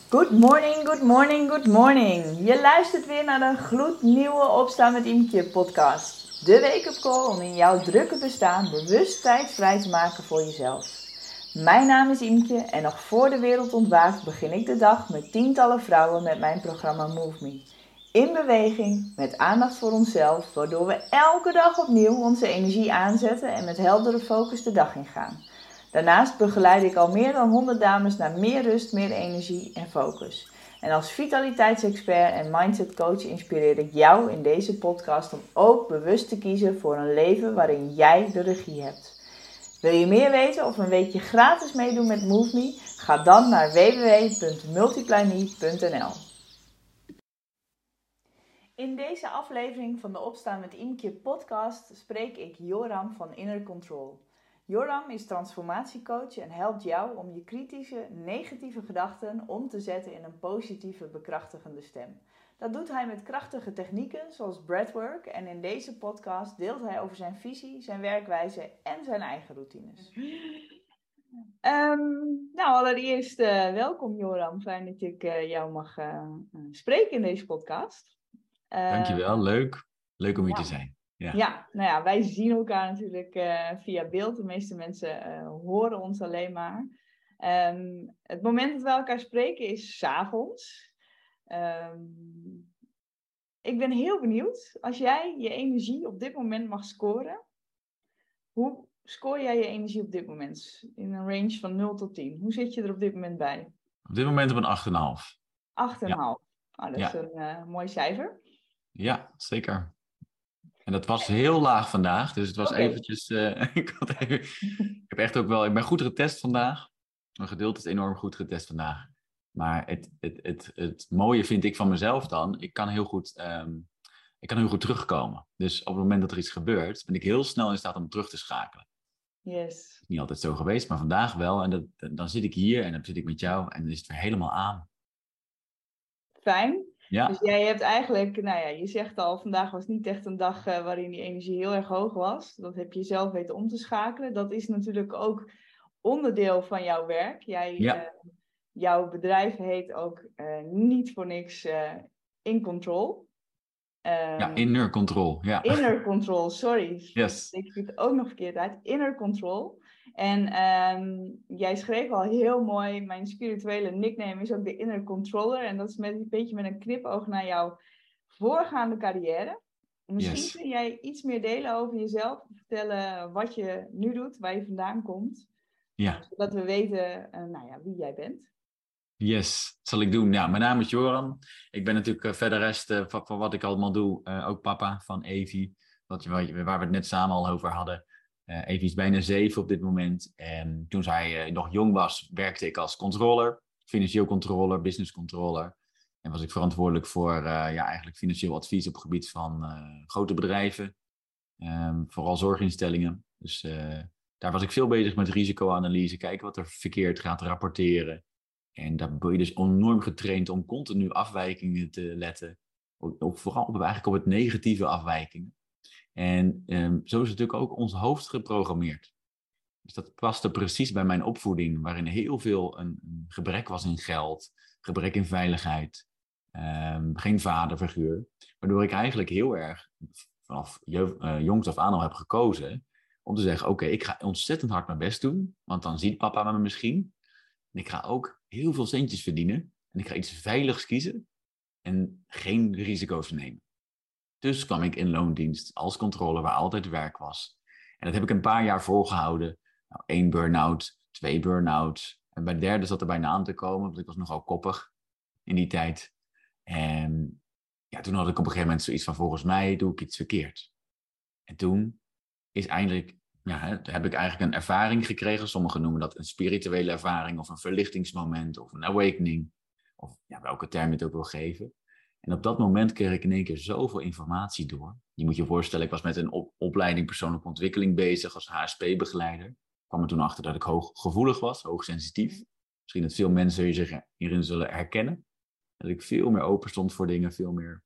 Good morning, good morning, good morning. Je luistert weer naar de gloednieuwe Opstaan met Imke podcast. De wake-up call om in jouw drukke bestaan bewust tijd vrij te maken voor jezelf. Mijn naam is Imke en nog voor de wereld ontwaakt begin ik de dag met tientallen vrouwen met mijn programma Move Me. In beweging, met aandacht voor onszelf, waardoor we elke dag opnieuw onze energie aanzetten en met heldere focus de dag ingaan. Daarnaast begeleid ik al meer dan 100 dames naar meer rust, meer energie en focus. En als vitaliteitsexpert en mindsetcoach inspireer ik jou in deze podcast om ook bewust te kiezen voor een leven waarin jij de regie hebt. Wil je meer weten of een weekje gratis meedoen met Move Me? Ga dan naar www.multiplyme.nl. In deze aflevering van de Opstaan met Imke podcast spreek ik Joram van Inner Control. Joram is transformatiecoach en helpt jou om je kritische, negatieve gedachten om te zetten in een positieve, bekrachtigende stem. Dat doet hij met krachtige technieken zoals breathwork en in deze podcast deelt hij over zijn visie, zijn werkwijze en zijn eigen routines. Allereerst welkom Joram. Fijn dat ik jou mag spreken in deze podcast. Dankjewel, leuk. Leuk om hier te zijn. Ja, wij zien elkaar natuurlijk via beeld. De meeste mensen horen ons alleen maar. Het moment dat we elkaar spreken is 's avonds. Ik ben heel benieuwd. Als jij je energie op dit moment mag scoren. Hoe scoor jij je energie op dit moment? In een range van 0 tot 10. Hoe zit je er op dit moment bij? Op dit moment op een 8,5. 8,5. Ja. Dat is een mooi cijfer. Ja, zeker. En dat was heel laag vandaag, dus het was eventjes... ik ben goed getest vandaag. Mijn geduld is enorm goed getest vandaag. Maar het mooie vind ik van mezelf dan, ik kan heel goed terugkomen. Dus op het moment dat er iets gebeurt, ben ik heel snel in staat om terug te schakelen. Yes. Het is niet altijd zo geweest, maar vandaag wel. En dan zit ik hier en dan zit ik met jou en dan is het weer helemaal aan. Fijn. Ja. Dus jij hebt eigenlijk, je zegt al, vandaag was niet echt een dag waarin die energie heel erg hoog was. Dat heb je zelf weten om te schakelen. Dat is natuurlijk ook onderdeel van jouw werk. Jouw bedrijf heet ook niet voor niks In Control. Inner Control. Ja. Inner Control, sorry. Yes. Ik spreek het ook nog verkeerd uit. Inner Control. En jij schreef al heel mooi, mijn spirituele nickname is ook de Inner Controller. En dat is een beetje met een knipoog naar jouw voorgaande carrière. Misschien kun jij iets meer delen over jezelf. Vertellen wat je nu doet, waar je vandaan komt. Ja. Zodat we weten wie jij bent. Yes, dat zal ik doen. Ja, mijn naam is Joram. Ik ben natuurlijk verder rest van wat ik allemaal doe, ook papa van Evie. Waar we het net samen al over hadden. Evie is bijna 7 op dit moment. En toen zij nog jong was, werkte ik als controller. Financieel controller, business controller. En was ik verantwoordelijk voor eigenlijk financieel advies op het gebied van grote bedrijven. Vooral zorginstellingen. Dus daar was ik veel bezig met risicoanalyse. Kijken wat er verkeerd gaat, rapporteren. En daar ben je dus enorm getraind om continu afwijkingen te letten. Vooral op het negatieve afwijkingen. En zo is natuurlijk ook ons hoofd geprogrammeerd. Dus dat paste precies bij mijn opvoeding, waarin heel veel een gebrek was in geld, gebrek in veiligheid, geen vaderfiguur. Waardoor ik eigenlijk heel erg vanaf jongs af aan al heb gekozen om te zeggen, oké, ik ga ontzettend hard mijn best doen, want dan ziet papa me misschien. En ik ga ook heel veel centjes verdienen en ik ga iets veiligs kiezen en geen risico's nemen. Dus kwam ik in loondienst als controller waar altijd werk was. En dat heb ik een paar jaar volgehouden. 1 burn-out, 2 burn-outs. En bij de derde zat er bijna aan te komen, want ik was nogal koppig in die tijd. En toen had ik op een gegeven moment zoiets van, volgens mij doe ik iets verkeerd. En toen is eindelijk, heb ik eigenlijk een ervaring gekregen. Sommigen noemen dat een spirituele ervaring of een verlichtingsmoment of een awakening. Of welke term je het ook wil geven. En op dat moment kreeg ik in één keer zoveel informatie door. Je moet je voorstellen, ik was met een opleiding persoonlijke ontwikkeling bezig als HSP-begeleider. Ik kwam er toen achter dat ik hooggevoelig was, hoogsensitief. Misschien dat veel mensen zich hierin zullen herkennen. Dat ik veel meer open stond voor dingen, veel meer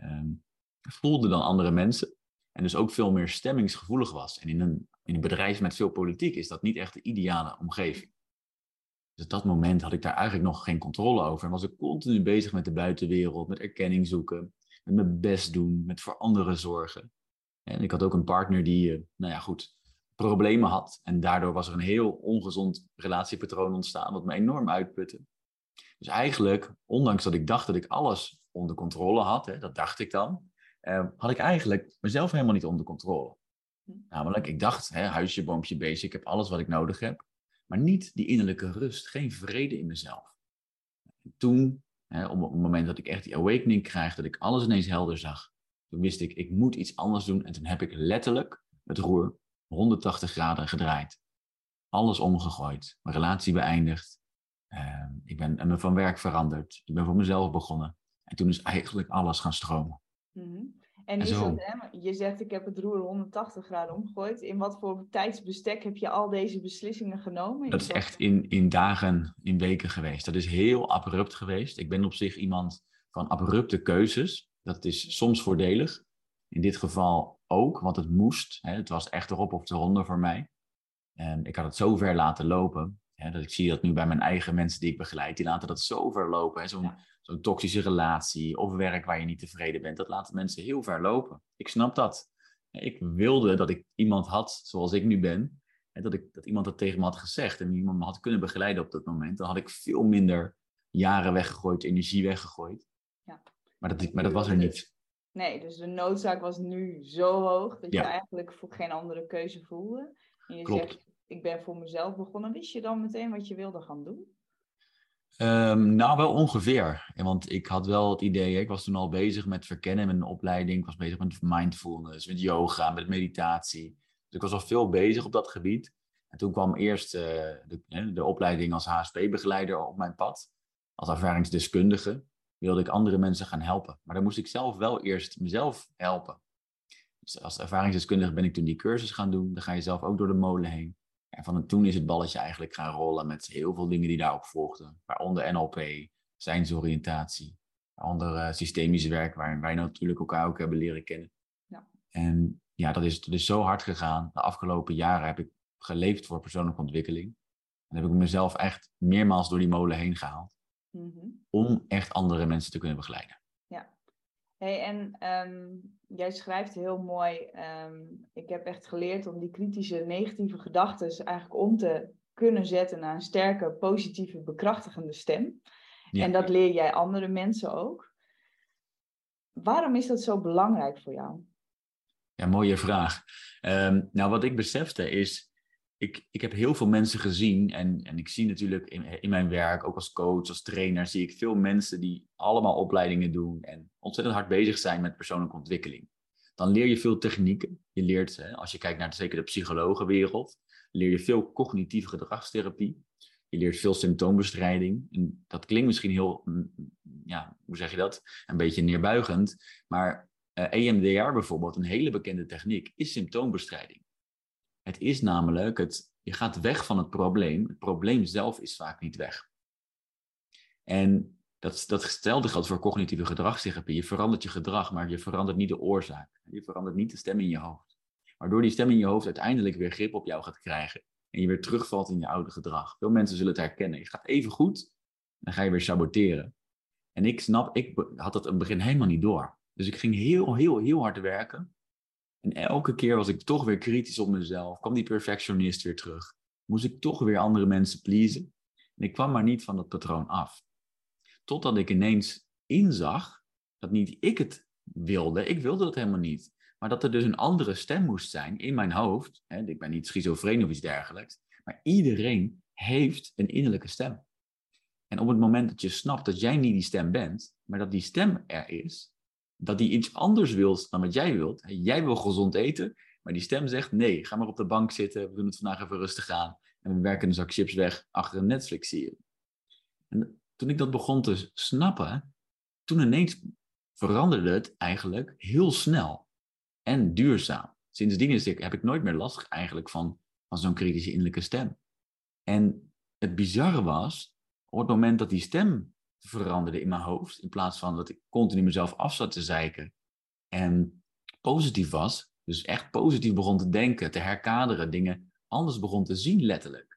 voelde dan andere mensen. En dus ook veel meer stemmingsgevoelig was. En in een bedrijf met veel politiek is dat niet echt de ideale omgeving. Dus op dat moment had ik daar eigenlijk nog geen controle over. En was ik continu bezig met de buitenwereld, met erkenning zoeken, met mijn best doen, met voor anderen zorgen. En ik had ook een partner die, problemen had. En daardoor was er een heel ongezond relatiepatroon ontstaan, wat me enorm uitputte. Dus eigenlijk, ondanks dat ik dacht dat ik alles onder controle had, dat dacht ik dan, had ik eigenlijk mezelf helemaal niet onder controle. Namelijk, ik dacht, huisje, boompje, beestje, ik heb alles wat ik nodig heb. Maar niet die innerlijke rust, geen vrede in mezelf. En toen, op het moment dat ik echt die awakening krijg, dat ik alles ineens helder zag, toen wist ik moet iets anders doen. En toen heb ik letterlijk het roer 180 graden gedraaid. Alles omgegooid, mijn relatie beëindigd. Ik ben me van werk veranderd. Ik ben voor mezelf begonnen. En toen is eigenlijk alles gaan stromen. Mm-hmm. En is zo. dat, je zegt ik heb het roer 180 graden omgegooid. In wat voor tijdsbestek heb je al deze beslissingen genomen? Dat is echt in dagen, in weken geweest. Dat is heel abrupt geweest. Ik ben op zich iemand van abrupte keuzes. Dat is soms voordelig. In dit geval ook, want het moest. Het was echt erop of eronder voor mij. En ik had het zo ver laten lopen. Dat ik zie dat nu bij mijn eigen mensen die ik begeleid. Die laten dat zo ver lopen. Zo'n toxische relatie of werk waar je niet tevreden bent. Dat laten mensen heel ver lopen. Ik snap dat. Ik wilde dat ik iemand had zoals ik nu ben. Dat iemand dat tegen me had gezegd. En iemand me had kunnen begeleiden op dat moment. Dan had ik veel minder jaren weggegooid, energie weggegooid. Ja. Maar dat was er niet. Nee, dus de noodzaak was nu zo hoog dat je eigenlijk voor geen andere keuze voelde. En je Klopt. zegt, ik ben voor mezelf begonnen. Wist je dan meteen wat je wilde gaan doen? Wel ongeveer. Want ik had wel het idee, ik was toen al bezig met verkennen met een opleiding. Ik was bezig met mindfulness, met yoga, met meditatie. Dus ik was al veel bezig op dat gebied. En toen kwam eerst de opleiding als HSP-begeleider op mijn pad. Als ervaringsdeskundige wilde ik andere mensen gaan helpen. Maar dan moest ik zelf wel eerst mezelf helpen. Dus als ervaringsdeskundige ben ik toen die cursus gaan doen. Dan ga je zelf ook door de molen heen. En van toen is het balletje eigenlijk gaan rollen met heel veel dingen die daarop volgden. Waaronder NLP, zijnsoriëntatie, waaronder systemisch werk, waarin wij natuurlijk elkaar ook hebben leren kennen. Ja. En ja, dat is zo hard gegaan. De afgelopen jaren heb ik geleefd voor persoonlijke ontwikkeling. En heb ik mezelf echt meermaals door die molen heen gehaald. Mm-hmm. Om echt andere mensen te kunnen begeleiden. Ja. Hey, en jij schrijft heel mooi, ik heb echt geleerd om die kritische negatieve gedachten eigenlijk om te kunnen zetten naar een sterke, positieve, bekrachtigende stem. Ja. En dat leer jij andere mensen ook. Waarom is dat zo belangrijk voor jou? Ja, mooie vraag. Wat ik besefte is, ik heb heel veel mensen gezien en ik zie natuurlijk in mijn werk, ook als coach, als trainer, zie ik veel mensen die allemaal opleidingen doen en ontzettend hard bezig zijn met persoonlijke ontwikkeling. Dan leer je veel technieken. Je leert, als je kijkt naar zeker de psychologenwereld, leer je veel cognitieve gedragstherapie. Je leert veel symptoombestrijding. En dat klinkt misschien heel, hoe zeg je dat? Een beetje neerbuigend, maar EMDR bijvoorbeeld, een hele bekende techniek, is symptoombestrijding. Het is namelijk, je gaat weg van het probleem. Het probleem zelf is vaak niet weg. En datzelfde geldt voor cognitieve gedragstherapie. Je verandert je gedrag, maar je verandert niet de oorzaak. Je verandert niet de stem in je hoofd. Waardoor die stem in je hoofd uiteindelijk weer grip op jou gaat krijgen. En je weer terugvalt in je oude gedrag. Veel mensen zullen het herkennen. Je gaat even goed, dan ga je weer saboteren. En ik had dat in het begin helemaal niet door. Dus ik ging heel, heel, heel hard werken. En elke keer was ik toch weer kritisch op mezelf. Kwam die perfectionist weer terug. Moest ik toch weer andere mensen pleasen. En ik kwam maar niet van dat patroon af. Totdat ik ineens inzag dat niet ik het wilde. Ik wilde dat helemaal niet. Maar dat er dus een andere stem moest zijn in mijn hoofd. Ik ben niet schizofreen of iets dergelijks. Maar iedereen heeft een innerlijke stem. En op het moment dat je snapt dat jij niet die stem bent, maar dat die stem er is, dat die iets anders wil dan wat jij wilt. Jij wil gezond eten, maar die stem zegt nee, ga maar op de bank zitten, we doen het vandaag even rustig aan en we werken een zak chips weg achter een Netflix-serie. En toen ik dat begon te snappen, toen ineens veranderde het eigenlijk heel snel en duurzaam. Sindsdien heb ik nooit meer last eigenlijk van zo'n kritische innerlijke stem. En het bizarre was, op het moment dat die stem veranderde in mijn hoofd, in plaats van dat ik continu mezelf af zat te zeiken en positief was, dus echt positief begon te denken, te herkaderen, dingen anders begon te zien letterlijk.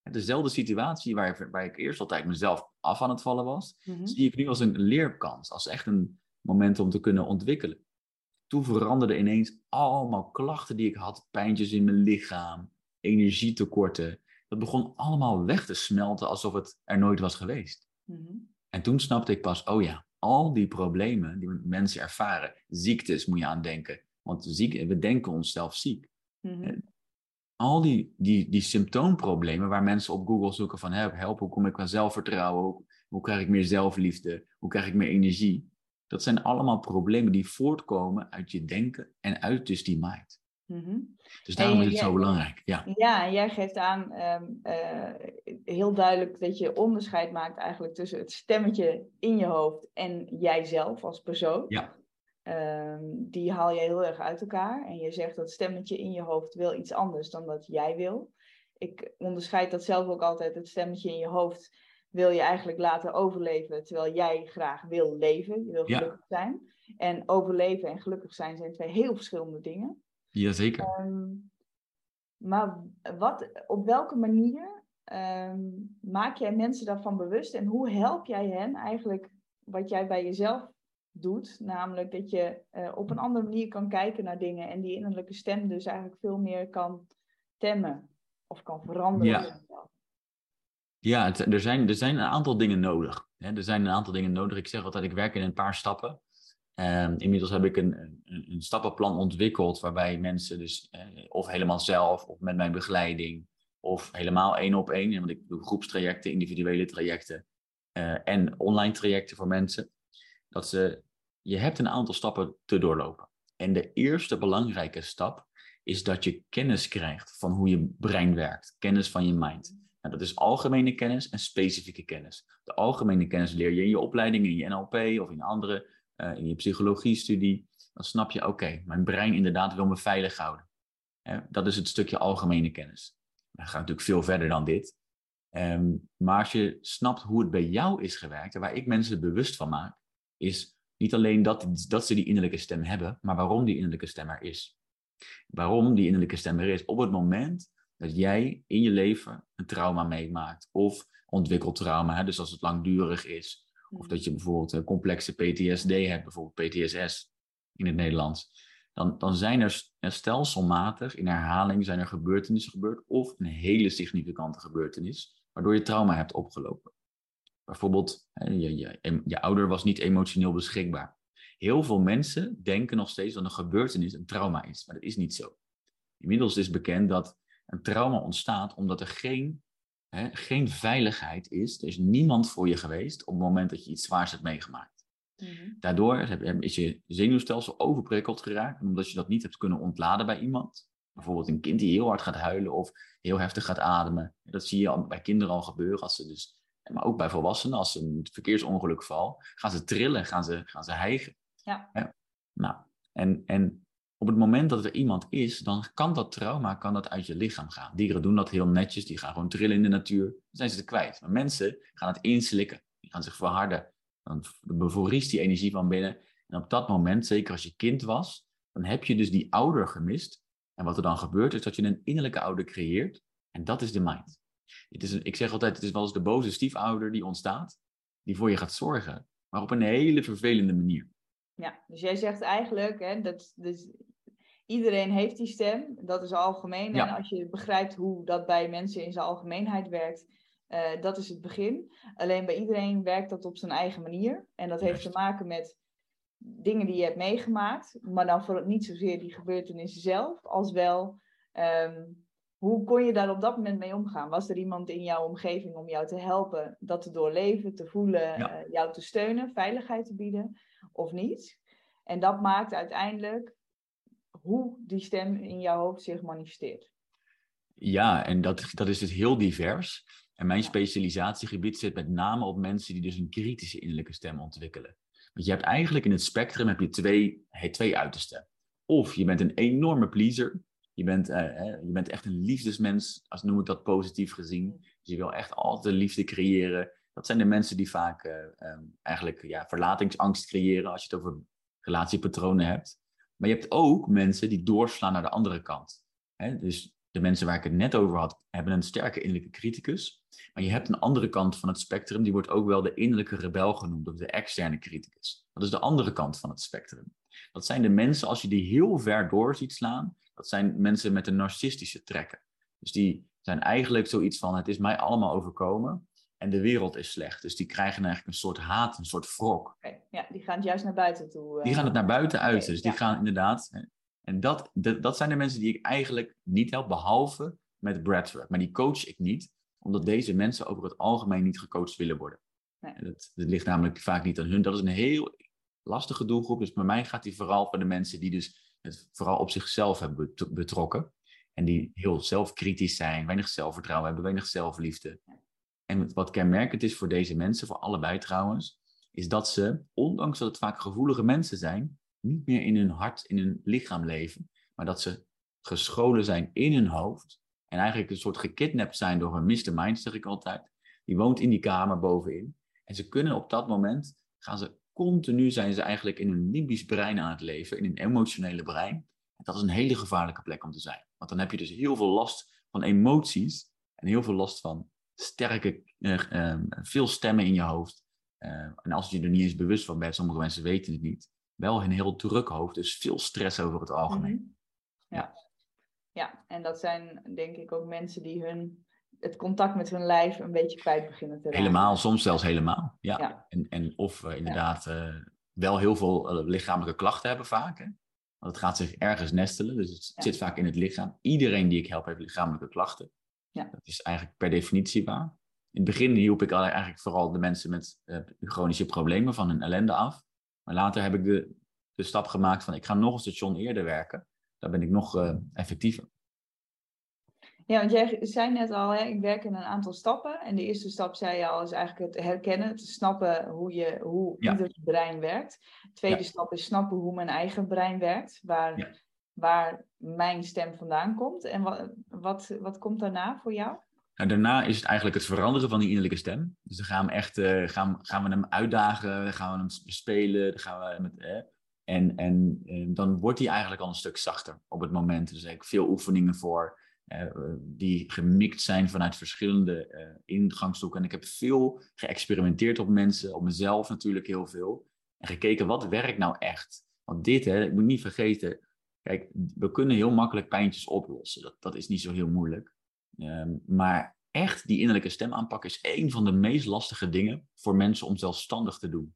Dezelfde situatie waar ik eerst altijd mezelf af aan het vallen was, Mhm. zie ik nu als een leerkans, als echt een moment om te kunnen ontwikkelen. Toen veranderden ineens allemaal klachten die ik had, pijntjes in mijn lichaam, energietekorten. Dat begon allemaal weg te smelten alsof het er nooit was geweest. Mhm. En toen snapte ik pas, oh ja, al die problemen die mensen ervaren, ziektes moet je aan denken. Want we denken onszelf ziek. Mhm. Al die symptoomproblemen waar mensen op Google zoeken van help, hoe kom ik aan zelfvertrouwen? Hoe krijg ik meer zelfliefde? Hoe krijg ik meer energie? Dat zijn allemaal problemen die voortkomen uit je denken en uit dus die mind. Mhm. Dus En daarom is het zo belangrijk. Ja. Ja, en jij geeft aan heel duidelijk dat je onderscheid maakt eigenlijk tussen het stemmetje in je hoofd en jijzelf als persoon. Ja. Die haal je heel erg uit elkaar. En je zegt dat stemmetje in je hoofd wil iets anders dan dat jij wil. Ik onderscheid dat zelf ook altijd. Het stemmetje in je hoofd wil je eigenlijk laten overleven, terwijl jij graag wil leven. Je wil gelukkig zijn. En overleven en gelukkig zijn twee heel verschillende dingen. Jazeker. Maar op welke manier maak jij mensen daarvan bewust en hoe help jij hen eigenlijk wat jij bij jezelf doet, namelijk dat je op een andere manier kan kijken naar dingen en die innerlijke stem dus eigenlijk veel meer kan temmen of kan veranderen. Ja, er zijn een aantal dingen nodig. Er zijn een aantal dingen nodig. Ik zeg altijd, ik werk in een paar stappen. Inmiddels heb ik een stappenplan ontwikkeld waarbij mensen dus of helemaal zelf of met mijn begeleiding of helemaal 1-op-1, want ik doe groepstrajecten, individuele trajecten en online trajecten voor mensen, je hebt een aantal stappen te doorlopen. En de eerste belangrijke stap is dat je kennis krijgt van hoe je brein werkt, kennis van je mind. Nou, dat is algemene kennis en specifieke kennis. De algemene kennis leer je in je opleiding, in je NLP of in andere in je psychologiestudie, dan snap je, oké, mijn brein inderdaad wil me veilig houden. Dat is het stukje algemene kennis. Dat gaat natuurlijk veel verder dan dit. Maar als je snapt hoe het bij jou is gewerkt, en waar ik mensen bewust van maak, is niet alleen dat ze die innerlijke stem hebben, maar waarom die innerlijke stem er is. Waarom die innerlijke stem er is. Op het moment dat jij in je leven een trauma meemaakt, of ontwikkeld trauma, dus als het langdurig is, of dat je bijvoorbeeld een complexe PTSD hebt, bijvoorbeeld PTSS in het Nederlands. Dan zijn er stelselmatig in herhaling zijn er gebeurtenissen gebeurd. Of een hele significante gebeurtenis. Waardoor je trauma hebt opgelopen. Bijvoorbeeld, je ouder was niet emotioneel beschikbaar. Heel veel mensen denken nog steeds dat een gebeurtenis een trauma is. Maar dat is niet zo. Inmiddels is bekend dat een trauma ontstaat omdat er geen veiligheid is. Er is niemand voor je geweest op het moment dat je iets zwaars hebt meegemaakt. Mm-hmm. Daardoor is je zenuwstelsel overprikkeld geraakt, omdat je dat niet hebt kunnen ontladen bij iemand. Bijvoorbeeld een kind die heel hard gaat huilen of heel heftig gaat ademen. Dat zie je bij kinderen al gebeuren, maar ook bij volwassenen. Als ze een verkeersongeluk vallen, gaan ze trillen, gaan ze hijgen. Ja. Nou, en op het moment dat er iemand is, dan kan dat trauma uit je lichaam gaan. Dieren doen dat heel netjes, die gaan gewoon trillen in de natuur. Dan zijn ze het kwijt. Maar mensen gaan het inslikken, die gaan zich verharden. Dan bevriest die energie van binnen. En op dat moment, zeker als je kind was, dan heb je dus die ouder gemist. En wat er dan gebeurt, is dat je een innerlijke ouder creëert. En dat is de mind. Ik zeg altijd, het is wel eens de boze stiefouder die ontstaat, die voor je gaat zorgen. Maar op een hele vervelende manier. Ja, dus jij zegt eigenlijk, dus iedereen heeft die stem, dat is algemeen. Ja. En als je begrijpt hoe dat bij mensen in zijn algemeenheid werkt, dat is het begin. Alleen bij iedereen werkt dat op zijn eigen manier. En dat heeft te maken met dingen die je hebt meegemaakt, maar dan niet zozeer die gebeurtenissen zelf, als wel hoe kon je daar op dat moment mee omgaan? Was er iemand in jouw omgeving om jou te helpen dat te doorleven, te voelen, jou te steunen, veiligheid te bieden of niet? En dat maakt uiteindelijk hoe die stem in jouw hoofd zich manifesteert. Ja, en dat is dus heel divers. En mijn specialisatiegebied zit met name op mensen die dus een kritische innerlijke stem ontwikkelen. Want je hebt eigenlijk in het spectrum heb je twee uitersten. Of je bent een enorme pleaser. Je bent echt een liefdesmens, als noem ik dat positief gezien. Dus je wil echt altijd de liefde creëren. Dat zijn de mensen die vaak verlatingsangst creëren als je het over relatiepatronen hebt. Maar je hebt ook mensen die doorslaan naar de andere kant. Dus de mensen waar ik het net over had, hebben een sterke innerlijke criticus. Maar je hebt een andere kant van het spectrum, die wordt ook wel de innerlijke rebel genoemd, of de externe criticus. Dat is de andere kant van het spectrum. Dat zijn de mensen, als je die heel ver door ziet slaan, dat zijn mensen met een narcistische trekken. Dus die zijn eigenlijk zoiets van, het is mij allemaal overkomen en de wereld is slecht. Dus die krijgen eigenlijk een soort haat, een soort wrok. Okay. Ja, die gaan het juist naar buiten toe. Die gaan het naar buiten uiten. Okay, dus die gaan inderdaad... En dat zijn de mensen die ik eigenlijk niet help, behalve met breathwork. Maar die coach ik niet, omdat deze mensen over het algemeen niet gecoacht willen worden. Nee. Dat ligt namelijk vaak niet aan hun. Dat is een heel lastige doelgroep. Dus bij mij gaat die vooral voor de mensen die dus het vooral op zichzelf hebben betrokken. En die heel zelfkritisch zijn, weinig zelfvertrouwen hebben, weinig zelfliefde. En wat kenmerkend is voor deze mensen, voor allebei trouwens, is dat ze, ondanks dat het vaak gevoelige mensen zijn, niet meer in hun hart, in hun lichaam leven, maar dat ze gescholen zijn in hun hoofd en eigenlijk een soort gekidnapt zijn door een Mr. Mind, zeg ik altijd. Die woont in die kamer bovenin. En ze kunnen op dat moment, zijn ze eigenlijk in hun limbisch brein aan het leven, in hun emotionele brein. En dat is een hele gevaarlijke plek om te zijn. Want dan heb je dus heel veel last van emoties en heel veel last van sterke, veel stemmen in je hoofd. En als je er niet eens bewust van bent, sommige mensen weten het niet, wel een heel druk hoofd, dus veel stress over het algemeen. Mm-hmm. Ja, en dat zijn denk ik ook mensen die het contact met hun lijf een beetje kwijt beginnen te raken. Helemaal, soms zelfs helemaal. Ja. Of inderdaad wel heel veel lichamelijke klachten hebben vaak. Hè? Want het gaat zich ergens nestelen, dus het zit vaak in het lichaam. Iedereen die ik help heeft lichamelijke klachten. Ja. Dat is eigenlijk per definitie waar. In het begin hielp ik eigenlijk vooral de mensen met chronische problemen van hun ellende af. Maar later heb ik de stap gemaakt van ik ga nog een station eerder werken. Daar ben ik nog effectiever. Ja, want jij zei net al, hè, ik werk in een aantal stappen. En de eerste stap, zei je al, is eigenlijk het herkennen, het snappen hoe ieder brein werkt. De tweede stap is snappen hoe mijn eigen brein werkt, waar mijn stem vandaan komt. En wat komt daarna voor jou? Nou, daarna is het eigenlijk het veranderen van die innerlijke stem. Dus dan gaan we echt gaan we hem uitdagen, dan gaan we hem bespelen, dan gaan we en dan wordt hij eigenlijk al een stuk zachter op het moment. Dus eigenlijk veel oefeningen voor die gemixt zijn vanuit verschillende ingangshoeken. En ik heb veel geëxperimenteerd op mensen, op mezelf natuurlijk heel veel. En gekeken, wat werkt nou echt? Want dit, ik moet niet vergeten, kijk, we kunnen heel makkelijk pijntjes oplossen. Dat is niet zo heel moeilijk. Maar echt die innerlijke stem aanpakken is een van de meest lastige dingen voor mensen om zelfstandig te doen.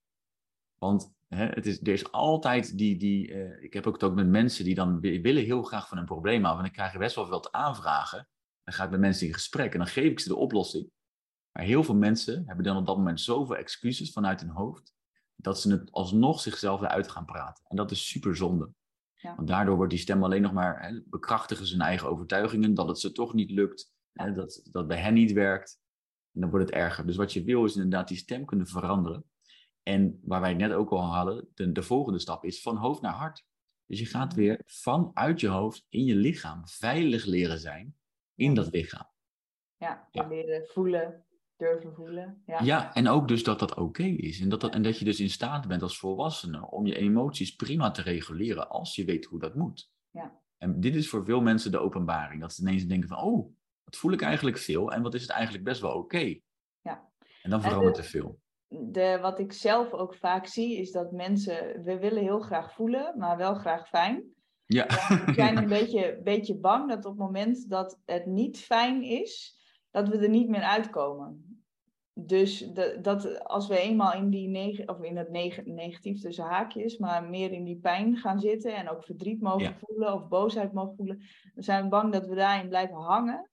Want er is altijd ik heb ook met mensen die dan willen heel graag van een probleem af. En dan krijg je best wel veel aanvragen. Dan ga ik met mensen in gesprek en dan geef ik ze de oplossing. Maar heel veel mensen hebben dan op dat moment zoveel excuses vanuit hun hoofd, dat ze het alsnog zichzelf eruit gaan praten. En dat is super zonde. Ja. Want daardoor wordt die stem alleen nog maar, bekrachtigen zijn eigen overtuigingen, dat het ze toch niet lukt, dat bij hen niet werkt. En dan wordt het erger. Dus wat je wil is inderdaad die stem kunnen veranderen. En waar wij het net ook al hadden, de volgende stap is van hoofd naar hart. Dus je gaat weer vanuit je hoofd in je lichaam veilig leren zijn in dat lichaam. Ja, leren voelen, durven voelen. Ja, en ook dus dat oké is. En dat je dus in staat bent als volwassene om je emoties prima te reguleren als je weet hoe dat moet. Ja. En dit is voor veel mensen de openbaring. Dat ze ineens denken van, oh, wat voel ik eigenlijk veel en wat is het eigenlijk best wel oké. Ja. En dan verandert er veel. Wat ik zelf ook vaak zie, is dat mensen, we willen heel graag voelen, maar wel graag fijn. Ja. We zijn een beetje bang dat op het moment dat het niet fijn is, dat we er niet meer uitkomen. Dus dat als we eenmaal in het negatief tussen haakjes, maar meer in die pijn gaan zitten en ook verdriet mogen voelen of boosheid mogen voelen, dan zijn we bang dat we daarin blijven hangen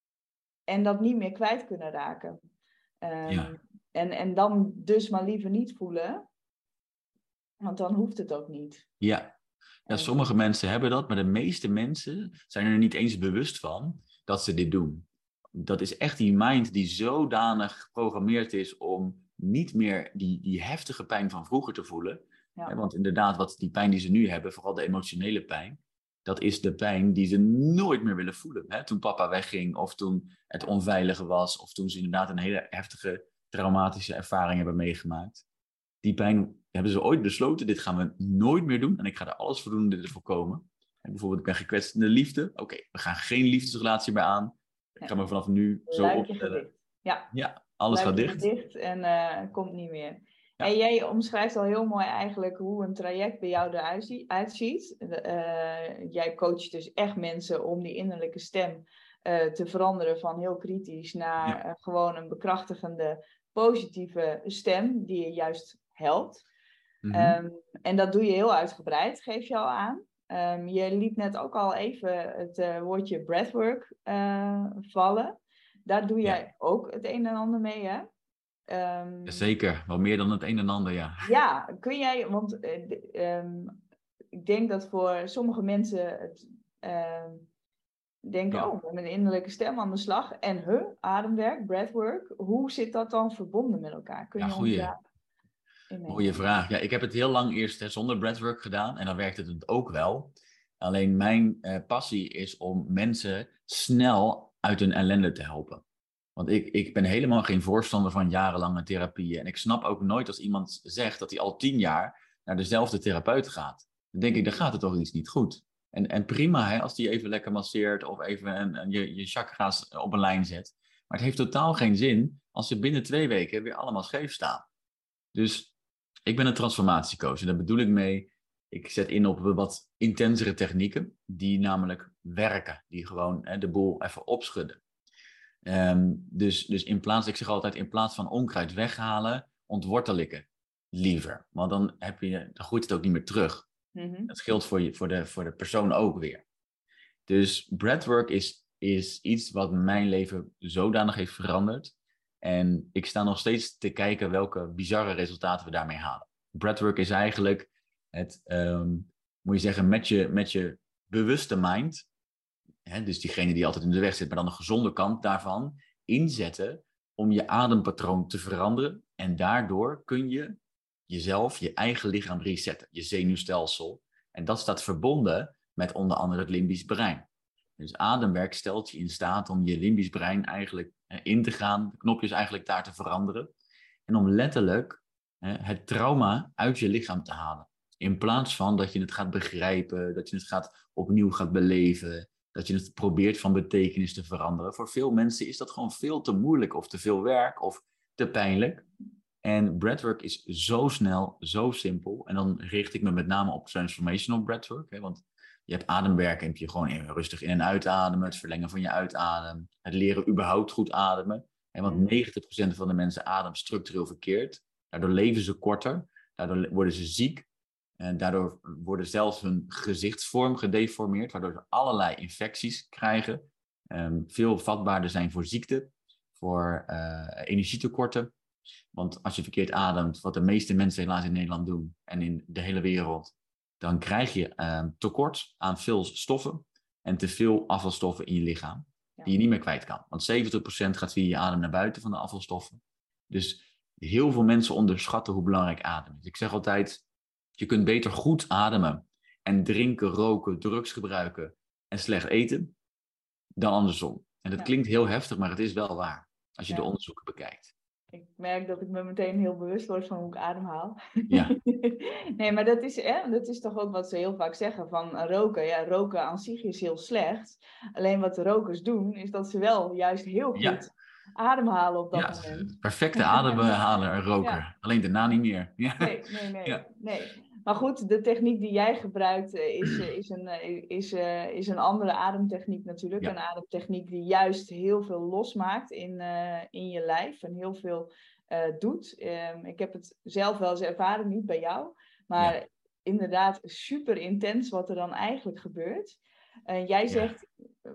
en dat niet meer kwijt kunnen raken. En dan dus maar liever niet voelen, want dan hoeft het ook niet. Ja, sommige mensen hebben dat, maar de meeste mensen zijn er niet eens bewust van dat ze dit doen. Dat is echt die mind die zodanig geprogrammeerd is om niet meer die heftige pijn van vroeger te voelen. Ja. Want inderdaad, die pijn die ze nu hebben, vooral de emotionele pijn, dat is de pijn die ze nooit meer willen voelen. Toen papa wegging, of toen het onveilige was, of toen ze inderdaad een hele heftige traumatische ervaring hebben meegemaakt. Die pijn hebben ze ooit besloten, dit gaan we nooit meer doen en ik ga er alles voor doen om dit te voorkomen. En bijvoorbeeld, ik ben gekwetst in de liefde. Oké, we gaan geen liefdesrelatie meer aan. Ik ga me vanaf nu zo Luikje opstellen. gedicht. Ja, Ja, alles gaat luikje dicht. gedicht en komt niet meer. Ja. En jij omschrijft al heel mooi eigenlijk hoe een traject bij jou eruit uitziet. Jij coacht dus echt mensen om die innerlijke stem te veranderen van heel kritisch naar gewoon een bekrachtigende, positieve stem die je juist helpt. En dat doe je heel uitgebreid, geef je al aan. Je liet net ook al even het woordje breathwork vallen. Daar doe jij ook het een en ander mee, hè? Zeker, wel meer dan het een en ander, ja. Ja, kun jij, want ik denk dat voor sommige mensen het denken, oh, met een innerlijke stem aan de slag. En ademwerk, breathwork, hoe zit dat dan verbonden met elkaar? Kun je ons daar in meenemen? Mooie vraag. Ja, ik heb het heel lang eerst zonder breathwork gedaan en dan werkte het ook wel. Alleen mijn passie is om mensen snel uit hun ellende te helpen. Want ik ben helemaal geen voorstander van jarenlange therapieën. En ik snap ook nooit als iemand zegt dat hij al 10 jaar naar dezelfde therapeut gaat. Dan denk ik, dan gaat het toch iets niet goed. En prima hè, als die even lekker masseert of even je chakra's op een lijn zet. Maar het heeft totaal geen zin als ze binnen 2 weken weer allemaal scheef staan. Dus ik ben een transformatiecoach en daar bedoel ik mee, ik zet in op wat intensere technieken die namelijk werken. Die gewoon de boel even opschudden. Dus in plaats, ik zeg altijd, in plaats van onkruid weghalen, ontwortel ik het liever. Want dan groeit het ook niet meer terug. Mm-hmm. Dat geldt voor de persoon ook weer. Dus breathwork is iets wat mijn leven zodanig heeft veranderd. En ik sta nog steeds te kijken welke bizarre resultaten we daarmee halen. Breathwork is eigenlijk het, moet je zeggen, met je bewuste mind, dus diegene die altijd in de weg zit, maar dan de gezonde kant daarvan, inzetten om je adempatroon te veranderen. En daardoor kun je jezelf, je eigen lichaam resetten, je zenuwstelsel. En dat staat verbonden met onder andere het limbisch brein. Dus ademwerk stelt je in staat om je limbisch brein eigenlijk in te gaan, de knopjes eigenlijk daar te veranderen. En om letterlijk het trauma uit je lichaam te halen. In plaats van dat je het gaat begrijpen, dat je het opnieuw gaat beleven, dat je het probeert van betekenis te veranderen. Voor veel mensen is dat gewoon veel te moeilijk of te veel werk of te pijnlijk. En breathwork is zo snel, zo simpel. En dan richt ik me met name op transformational breathwork. Want je hebt ademwerk en heb je gewoon rustig in- en uitademen, het verlengen van je uitadem, het leren überhaupt goed ademen. Want 90% van de mensen ademt structureel verkeerd. Daardoor leven ze korter, daardoor worden ze ziek. En daardoor worden zelfs hun gezichtsvorm gedeformeerd, waardoor ze allerlei infecties krijgen. Veel vatbaarder zijn voor ziekte, voor energietekorten. Want als je verkeerd ademt, wat de meeste mensen helaas in Nederland doen en in de hele wereld, dan krijg je tekort aan veel stoffen en te veel afvalstoffen in je lichaam, die je niet meer kwijt kan. Want 70% gaat via je adem naar buiten van de afvalstoffen. Dus heel veel mensen onderschatten hoe belangrijk adem is. Ik zeg altijd, je kunt beter goed ademen en drinken, roken, drugs gebruiken en slecht eten dan andersom. En dat klinkt heel heftig, maar het is wel waar als je de onderzoeken bekijkt. Ik merk dat ik me meteen heel bewust word van hoe ik ademhaal. Ja. Nee, maar dat is toch ook wat ze heel vaak zeggen van roken. Ja, roken aan zich is heel slecht. Alleen wat de rokers doen, is dat ze wel juist heel goed ademhalen op dat moment. Perfecte ademhaler, een roker. Alleen daarna niet meer. Nee. Maar goed, de techniek die jij gebruikt is een andere ademtechniek natuurlijk. Ja. Een ademtechniek die juist heel veel losmaakt in je lijf en heel veel doet. Ik heb het zelf wel eens ervaren, niet bij jou. Maar inderdaad super intens wat er dan eigenlijk gebeurt. Jij zegt,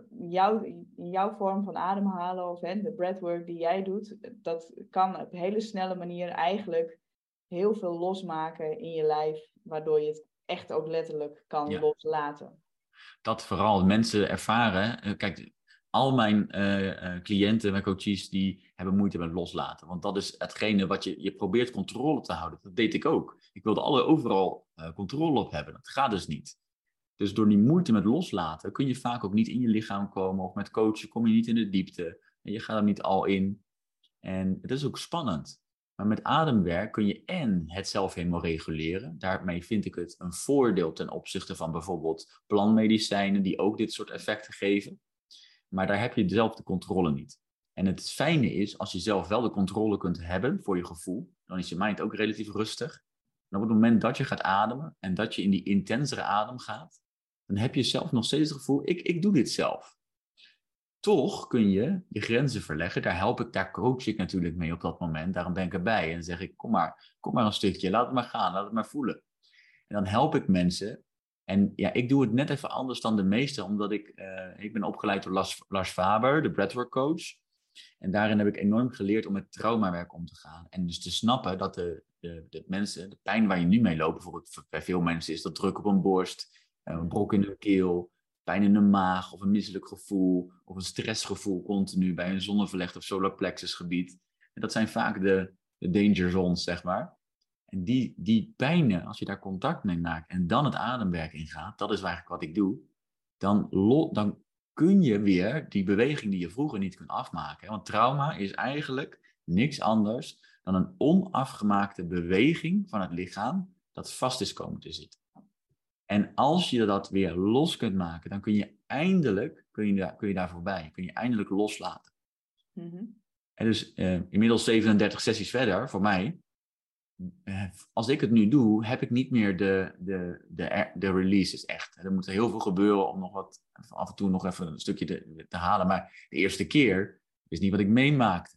jouw vorm van ademhalen of de breathwork die jij doet, dat kan op een hele snelle manier eigenlijk heel veel losmaken in je lijf, waardoor je het echt ook letterlijk kan loslaten. Dat vooral. Mensen ervaren, kijk, al mijn cliënten, mijn coaches, die hebben moeite met loslaten. Want dat is hetgene wat je probeert controle te houden. Dat deed ik ook. Ik wilde overal controle op hebben. Dat gaat dus niet. Dus door die moeite met loslaten kun je vaak ook niet in je lichaam komen. Of met coachen kom je niet in de diepte. En je gaat er niet al in. En het is ook spannend. Maar met ademwerk kun je en het zelf helemaal reguleren. Daarmee vind ik het een voordeel ten opzichte van bijvoorbeeld plantmedicijnen die ook dit soort effecten geven. Maar daar heb je zelf de controle niet. En het fijne is, als je zelf wel de controle kunt hebben voor je gevoel, dan is je mind ook relatief rustig. En op het moment dat je gaat ademen en dat je in die intensere adem gaat, dan heb je zelf nog steeds het gevoel, ik doe dit zelf. Toch kun je je grenzen verleggen. Daar coach ik natuurlijk mee op dat moment. Daarom ben ik erbij. En dan zeg ik, kom maar een stukje. Laat het maar gaan. Laat het maar voelen. En dan help ik mensen. En ja, ik doe het net even anders dan de meesten. Omdat ik ben opgeleid door Lars Faber, de breathwork coach. En daarin heb ik enorm geleerd om met traumawerk om te gaan. En dus te snappen dat de mensen, de pijn waar je nu mee loopt. Bijvoorbeeld bij veel mensen is dat druk op een borst. Een brok in de keel. Pijn in de maag of een misselijk gevoel of een stressgevoel continu bij een zonneverlegd of solar plexus gebied. En dat zijn vaak de danger zones, zeg maar. En die pijnen, als je daar contact mee maakt en dan het ademwerk ingaat, dat is eigenlijk wat ik doe, dan kun je weer die beweging die je vroeger niet kunt afmaken. Want trauma is eigenlijk niks anders dan een onafgemaakte beweging van het lichaam dat vast is komen te zitten. En als je dat weer los kunt maken, dan kun je eindelijk, kun je daar voorbij. Kun je eindelijk loslaten. Mm-hmm. En dus inmiddels 37 sessies verder, voor mij, als ik het nu doe, heb ik niet meer de releases echt. Er moet heel veel gebeuren om nog wat, af en toe nog even een stukje te halen. Maar de eerste keer is niet wat ik meemaakte.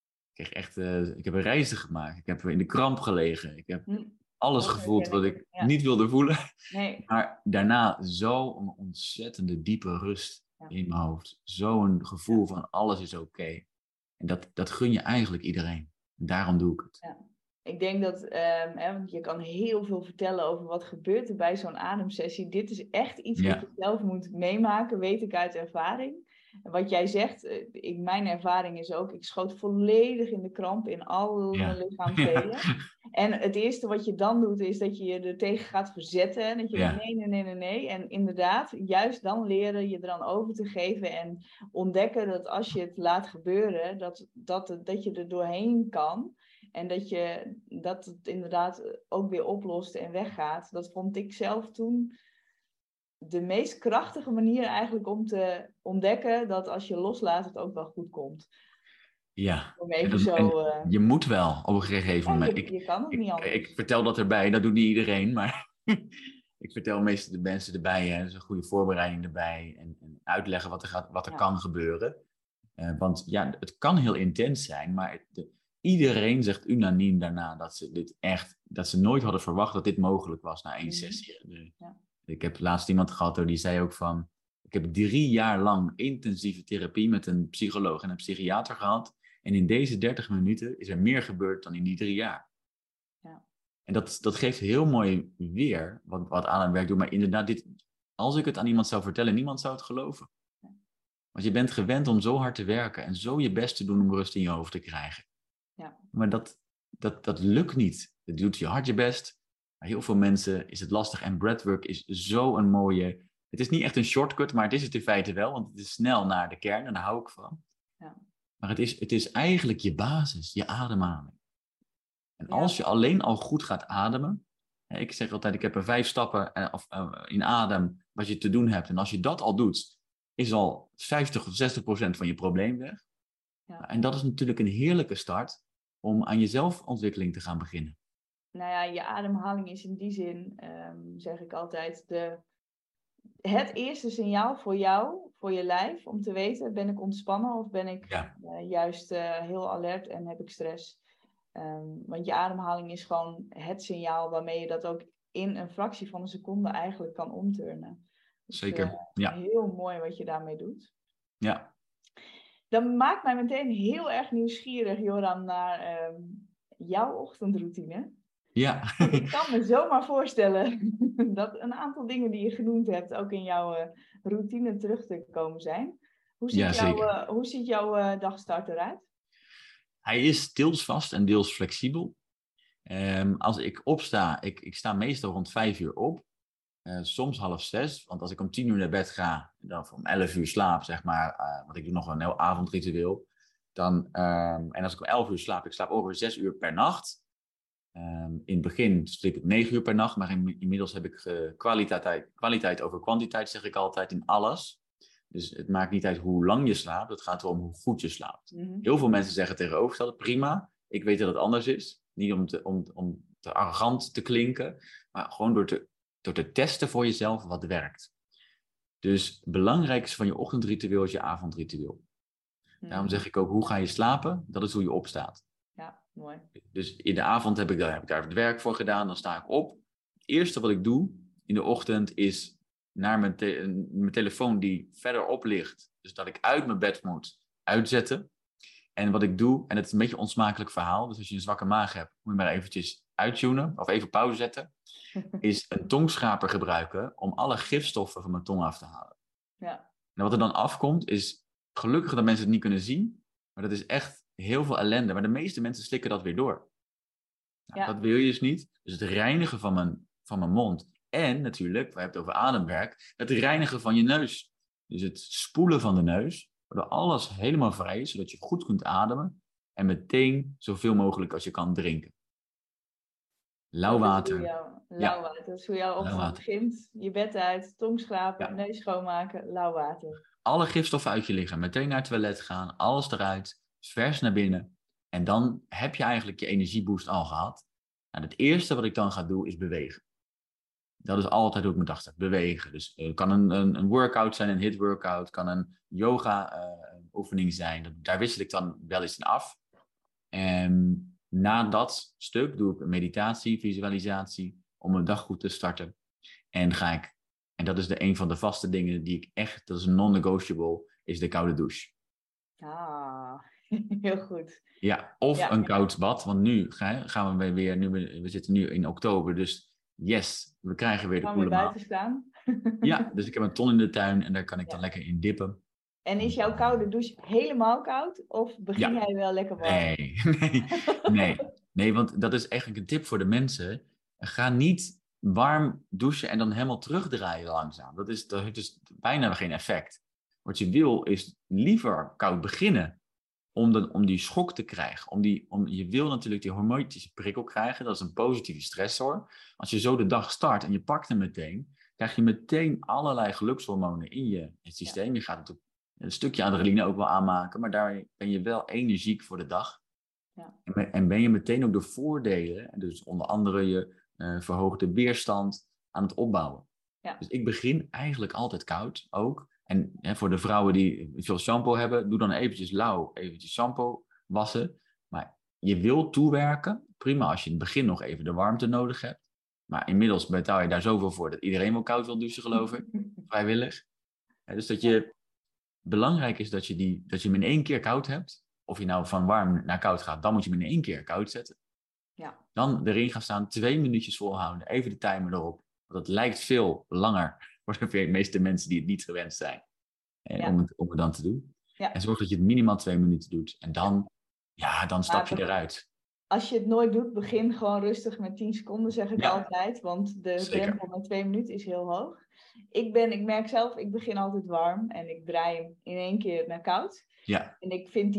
Ik heb een reizen gemaakt. Ik heb in de kramp gelegen. Ik heb alles gevoeld wat ik niet wilde voelen. Nee. Maar daarna zo'n ontzettende diepe rust in mijn hoofd. Zo'n gevoel van alles is oké. En dat gun je eigenlijk iedereen. En daarom doe ik het. Ja. Ik denk dat, want je kan heel veel vertellen over wat gebeurt er bij zo'n ademsessie. Dit is echt iets wat je zelf moet meemaken, weet ik uit ervaring. En wat jij zegt, mijn ervaring is ook, ik schoot volledig in de kramp in al mijn lichaamsdelen. Ja. En het eerste wat je dan doet, is dat je je er tegen gaat verzetten. En dat je denkt, nee. En inderdaad, juist dan leren je er dan over te geven en ontdekken dat als je het laat gebeuren, dat je er doorheen kan. En dat het inderdaad ook weer oplost en weggaat. Dat vond ik zelf toen de meest krachtige manier eigenlijk om te ontdekken dat als je loslaat het ook wel goed komt. Ja, je moet wel op een gegeven moment. Je kan het niet anders. Ik vertel dat erbij, dat doet niet iedereen, maar ik vertel meestal de mensen erbij. Hè, dus een goede voorbereiding erbij en uitleggen wat er kan gebeuren. Want ja, het kan heel intens zijn, maar iedereen zegt unaniem daarna dat ze nooit hadden verwacht dat dit mogelijk was na 1 sessie. Ik heb laatst iemand gehad die zei ook van, ik heb 3 jaar lang intensieve therapie met een psycholoog en een psychiater gehad. En in deze 30 minuten is er meer gebeurd dan in die 3 jaar. Ja. En dat geeft heel mooi weer wat ademwerk doet. Maar inderdaad, als ik het aan iemand zou vertellen, niemand zou het geloven. Want je bent gewend om zo hard te werken en zo je best te doen om rust in je hoofd te krijgen. Ja. Maar dat lukt niet. Je doet je hard je best. Maar heel veel mensen is het lastig. En breathwork is zo een mooie... Het is niet echt een shortcut, maar het is het in feite wel. Want het is snel naar de kern en daar hou ik van. Ja. Maar het is eigenlijk je basis, je ademhaling. En als je alleen al goed gaat ademen... Ik zeg altijd, ik heb er 5 stappen in adem wat je te doen hebt. En als je dat al doet, is al 50 of 60% van je probleem weg. Ja. En dat is natuurlijk een heerlijke start om aan je zelfontwikkeling te gaan beginnen. Nou ja, je ademhaling is in die zin, zeg ik altijd, het eerste signaal voor jou, voor je lijf, om te weten, ben ik ontspannen of ben ik juist heel alert en heb ik stress. Want je ademhaling is gewoon het signaal waarmee je dat ook in een fractie van een seconde eigenlijk kan omturnen. Dus, zeker, ja. Heel mooi wat je daarmee doet. Ja. Dat maakt mij meteen heel erg nieuwsgierig, Joran, naar jouw ochtendroutine. Ja. Ik kan me zomaar voorstellen dat een aantal dingen die je genoemd hebt ook in jouw routine terug te komen zijn. Hoe ziet jouw dagstart eruit? Hij is deels vast en deels flexibel. Als ik opsta, ik sta meestal rond 5 uur op. Soms 5:30, want als ik om 10 uur naar bed ga, dan om 11 uur slaap, zeg maar, want ik doe nog een heel avondritueel, En als ik om 11 uur slaap, ik slaap ongeveer 6 uur per nacht. In het begin sliep ik 9 uur per nacht, maar inmiddels heb ik kwaliteit over kwantiteit, zeg ik altijd, in alles. Dus het maakt niet uit hoe lang je slaapt, het gaat erom hoe goed je slaapt. Mhm. Heel veel mensen zeggen tegenovergestelde, prima, ik weet dat het anders is. Niet om te arrogant te klinken, maar gewoon door te testen voor jezelf wat werkt. Dus het belangrijkste van je ochtendritueel is je avondritueel. Daarom zeg ik ook, hoe ga je slapen? Dat is hoe je opstaat. Ja, mooi. Dus in de avond heb ik daar het werk voor gedaan, dan sta ik op. Het eerste wat ik doe in de ochtend is naar mijn telefoon die verderop ligt, dus dat ik uit mijn bed moet, uitzetten. En wat ik doe, en het is een beetje een onsmakelijk verhaal, dus als je een zwakke maag hebt, moet je maar eventjes uittunen of even pauze zetten, is een tongschraper gebruiken om alle gifstoffen van mijn tong af te halen. Ja. En wat er dan afkomt is, gelukkig dat mensen het niet kunnen zien, maar dat is echt heel veel ellende. Maar de meeste mensen slikken dat weer door. Nou, dat wil je dus niet. Dus het reinigen van mijn mond. En natuurlijk, we hebben het over ademwerk, het reinigen van je neus. Dus het spoelen van de neus, waardoor alles helemaal vrij is, zodat je goed kunt ademen. En meteen zoveel mogelijk als je kan drinken. Lauw water. Lauw water. Dat is hoe jouw ochtend begint. Je bed uit, tong schrapen, neus schoonmaken, lauw water. Alle gifstoffen uit je lichaam. Meteen naar het toilet gaan, alles eruit, vers naar binnen. En dan heb je eigenlijk je energieboost al gehad. Nou, het eerste wat ik dan ga doen is bewegen. Dat is altijd hoe ik mijn dag start, bewegen. Dus het kan een workout zijn, een HIIT workout, kan een yoga oefening zijn. Daar wissel ik dan wel eens in af. En na dat stuk doe ik een meditatie, visualisatie, om mijn dag goed te starten. En en dat is een van de vaste dingen die ik echt, dat is een non-negotiable, is de koude douche. Ah, heel goed. Ja, of een koud bad, want nu gaan we weer, we zitten nu in oktober, dus yes, we krijgen weer de koele maand. Buiten staan. Ja, dus ik heb een ton in de tuin en daar kan ik dan lekker in dippen. En is jouw koude douche helemaal koud? Of begin jij wel lekker warm? Nee, want dat is eigenlijk een tip voor de mensen. Ga niet warm douchen en dan helemaal terugdraaien langzaam. Dat heeft dus bijna geen effect. Wat je wil is liever koud beginnen om die schok te krijgen. Je wil natuurlijk die hormonische prikkel krijgen. Dat is een positieve stressor. Als je zo de dag start en je pakt hem meteen, krijg je meteen allerlei gelukshormonen in je systeem. Je gaat natuurlijk een stukje adrenaline ook wel aanmaken, maar daar ben je wel energiek voor de dag. Ja. En ben je meteen ook de voordelen, dus onder andere je verhoogde weerstand, aan het opbouwen. Ja. Dus ik begin eigenlijk altijd koud ook. En voor de vrouwen die veel shampoo hebben, doe dan eventjes lauw, eventjes shampoo wassen. Maar je wil toewerken, prima als je in het begin nog even de warmte nodig hebt. Maar inmiddels betaal je daar zoveel voor dat iedereen wel koud wil douchen, geloof ik. Vrijwillig. Dus dat je... Belangrijk is dat je hem in één keer koud hebt. Of je nou van warm naar koud gaat, dan moet je hem in één keer koud zetten. Ja. Dan erin gaan staan, 2 minuutjes volhouden. Even de timer erop. Want dat lijkt veel langer voor de meeste mensen die het niet gewend zijn. Om het dan te doen. Ja. En zorg dat je het minimaal 2 minuten doet. En dan stap je eruit. Als je het nooit doet, begin gewoon rustig met 10 seconden, zeg ik altijd. Want de drempel met 2 minuten is heel hoog. Ik merk zelf, ik begin altijd warm en ik draai hem in 1 keer naar koud. Ja. En ik vind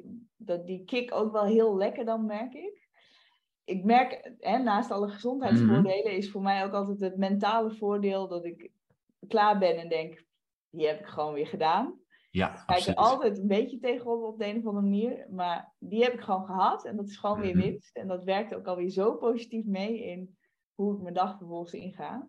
die kick ook wel heel lekker dan, merk ik. Ik merk, naast alle gezondheidsvoordelen, is voor mij ook altijd het mentale voordeel dat ik klaar ben en denk, die heb ik gewoon weer gedaan. Ja, ik kijk er altijd een beetje tegenop op de een of andere manier. Maar die heb ik gewoon gehad. En dat is gewoon weer winst. En dat werkt ook alweer zo positief mee in hoe ik mijn dag vervolgens inga.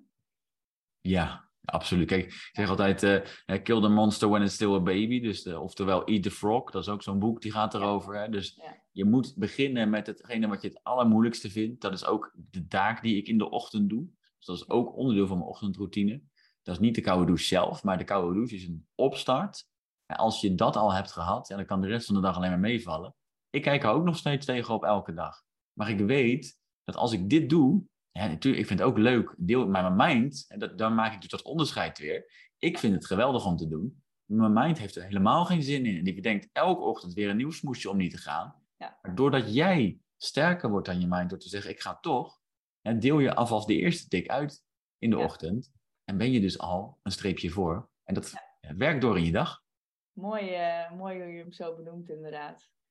Ja, absoluut. Kijk, ik zeg altijd, kill the monster when it's still a baby. Dus oftewel eat the frog. Dat is ook zo'n boek, die gaat erover. Hè? Dus je moet beginnen met hetgene wat je het allermoeilijkste vindt. Dat is ook de taak die ik in de ochtend doe. Dus dat is ook onderdeel van mijn ochtendroutine. Dat is niet de koude douche zelf, maar de koude douche is een opstart. En als je dat al hebt gehad, dan kan de rest van de dag alleen maar meevallen. Ik kijk er ook nog steeds tegenop elke dag. Maar ik weet dat als ik dit doe, natuurlijk, ik vind het ook leuk, deel met mijn mind, dan maak ik dus dat onderscheid weer. Ik vind het geweldig om te doen. Mijn mind heeft er helemaal geen zin in. En die bedenkt elke ochtend weer een nieuw smoesje om niet te gaan. Ja. Maar doordat jij sterker wordt dan je mind, door te zeggen, ik ga toch, deel je alvast de eerste tik uit in de ochtend. En ben je dus al een streepje voor. En dat werkt door in je dag. Mooi hoe je hem zo benoemt, inderdaad.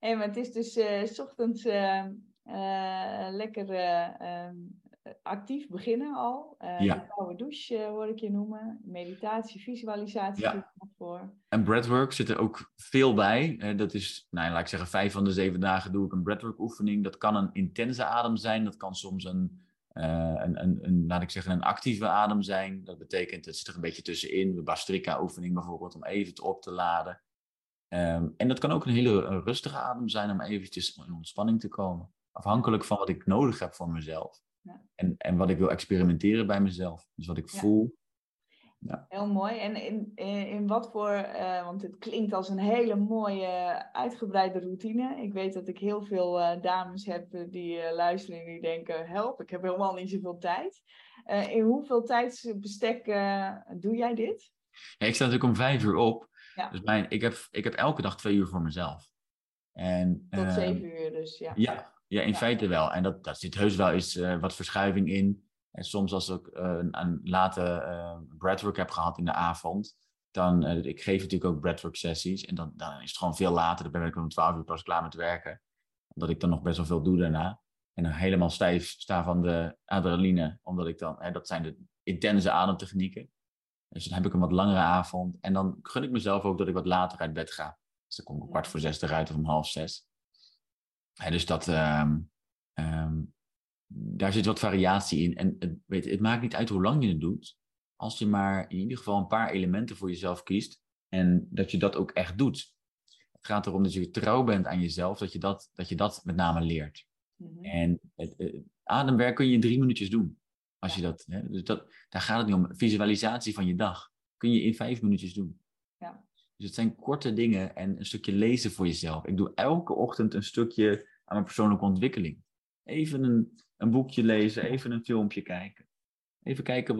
Hey, maar het is dus 's ochtends lekker actief beginnen al. De Ja, koude douche hoor ik je noemen. Meditatie, visualisatie doe ja. ik nog voor. En breathwork zit er ook veel bij. Dat is, nou, laat ik zeggen, 5 van de 7 dagen doe ik een breathwork oefening. Dat kan een intense adem zijn. Dat kan soms laat ik zeggen, een actieve adem zijn. Dat betekent, het zit er een beetje tussenin. De Bastrika oefening bijvoorbeeld, om even het op te laden. En dat kan ook een hele rustige adem zijn om eventjes in ontspanning te komen. Afhankelijk van wat ik nodig heb voor mezelf. Ja. En wat ik wil experimenteren bij mezelf. Dus wat ik Ja. voel. Ja. Heel mooi. En in wat voor, want het klinkt als een hele mooie uitgebreide routine. Ik weet dat ik heel veel dames heb die luisteren en die denken, help, ik heb helemaal niet zoveel tijd. In hoeveel tijdsbestek doe jij dit? Ja, ik sta natuurlijk om 5 uur op. Ja, Dus ik heb elke dag 2 uur voor mezelf. En tot 7 uur dus, ja. ja, in Ja. feite wel. En dat zit heus wel eens wat verschuiving in. En soms als ik een late breathwork heb gehad in de avond, dan, ik geef natuurlijk ook breathwork sessies. En dan is het gewoon veel later. Dan ben ik om 12 uur pas klaar met werken. Omdat ik dan nog best wel veel doe daarna. En dan helemaal stijf sta van de adrenaline. Omdat ik dan, dat zijn de intense ademtechnieken. Dus dan heb ik een wat langere avond. En dan gun ik mezelf ook dat ik wat later uit bed ga. Dus dan kom ik om 5:45 eruit of om 5:30. Dus daar zit wat variatie in. En het maakt niet uit hoe lang je het doet. Als je maar in ieder geval een paar elementen voor jezelf kiest. En dat je dat ook echt doet. Het gaat erom dat je trouw bent aan jezelf. Dat je dat met name leert. Mhm. En ademwerk kun je in 3 minuutjes doen. Als je dat, dus daar gaat het niet om. Visualisatie van je dag kun je in 5 minuutjes doen. Ja. Dus het zijn korte dingen en een stukje lezen voor jezelf. Ik doe elke ochtend een stukje aan mijn persoonlijke ontwikkeling. Even een boekje lezen, even een filmpje kijken. Even kijken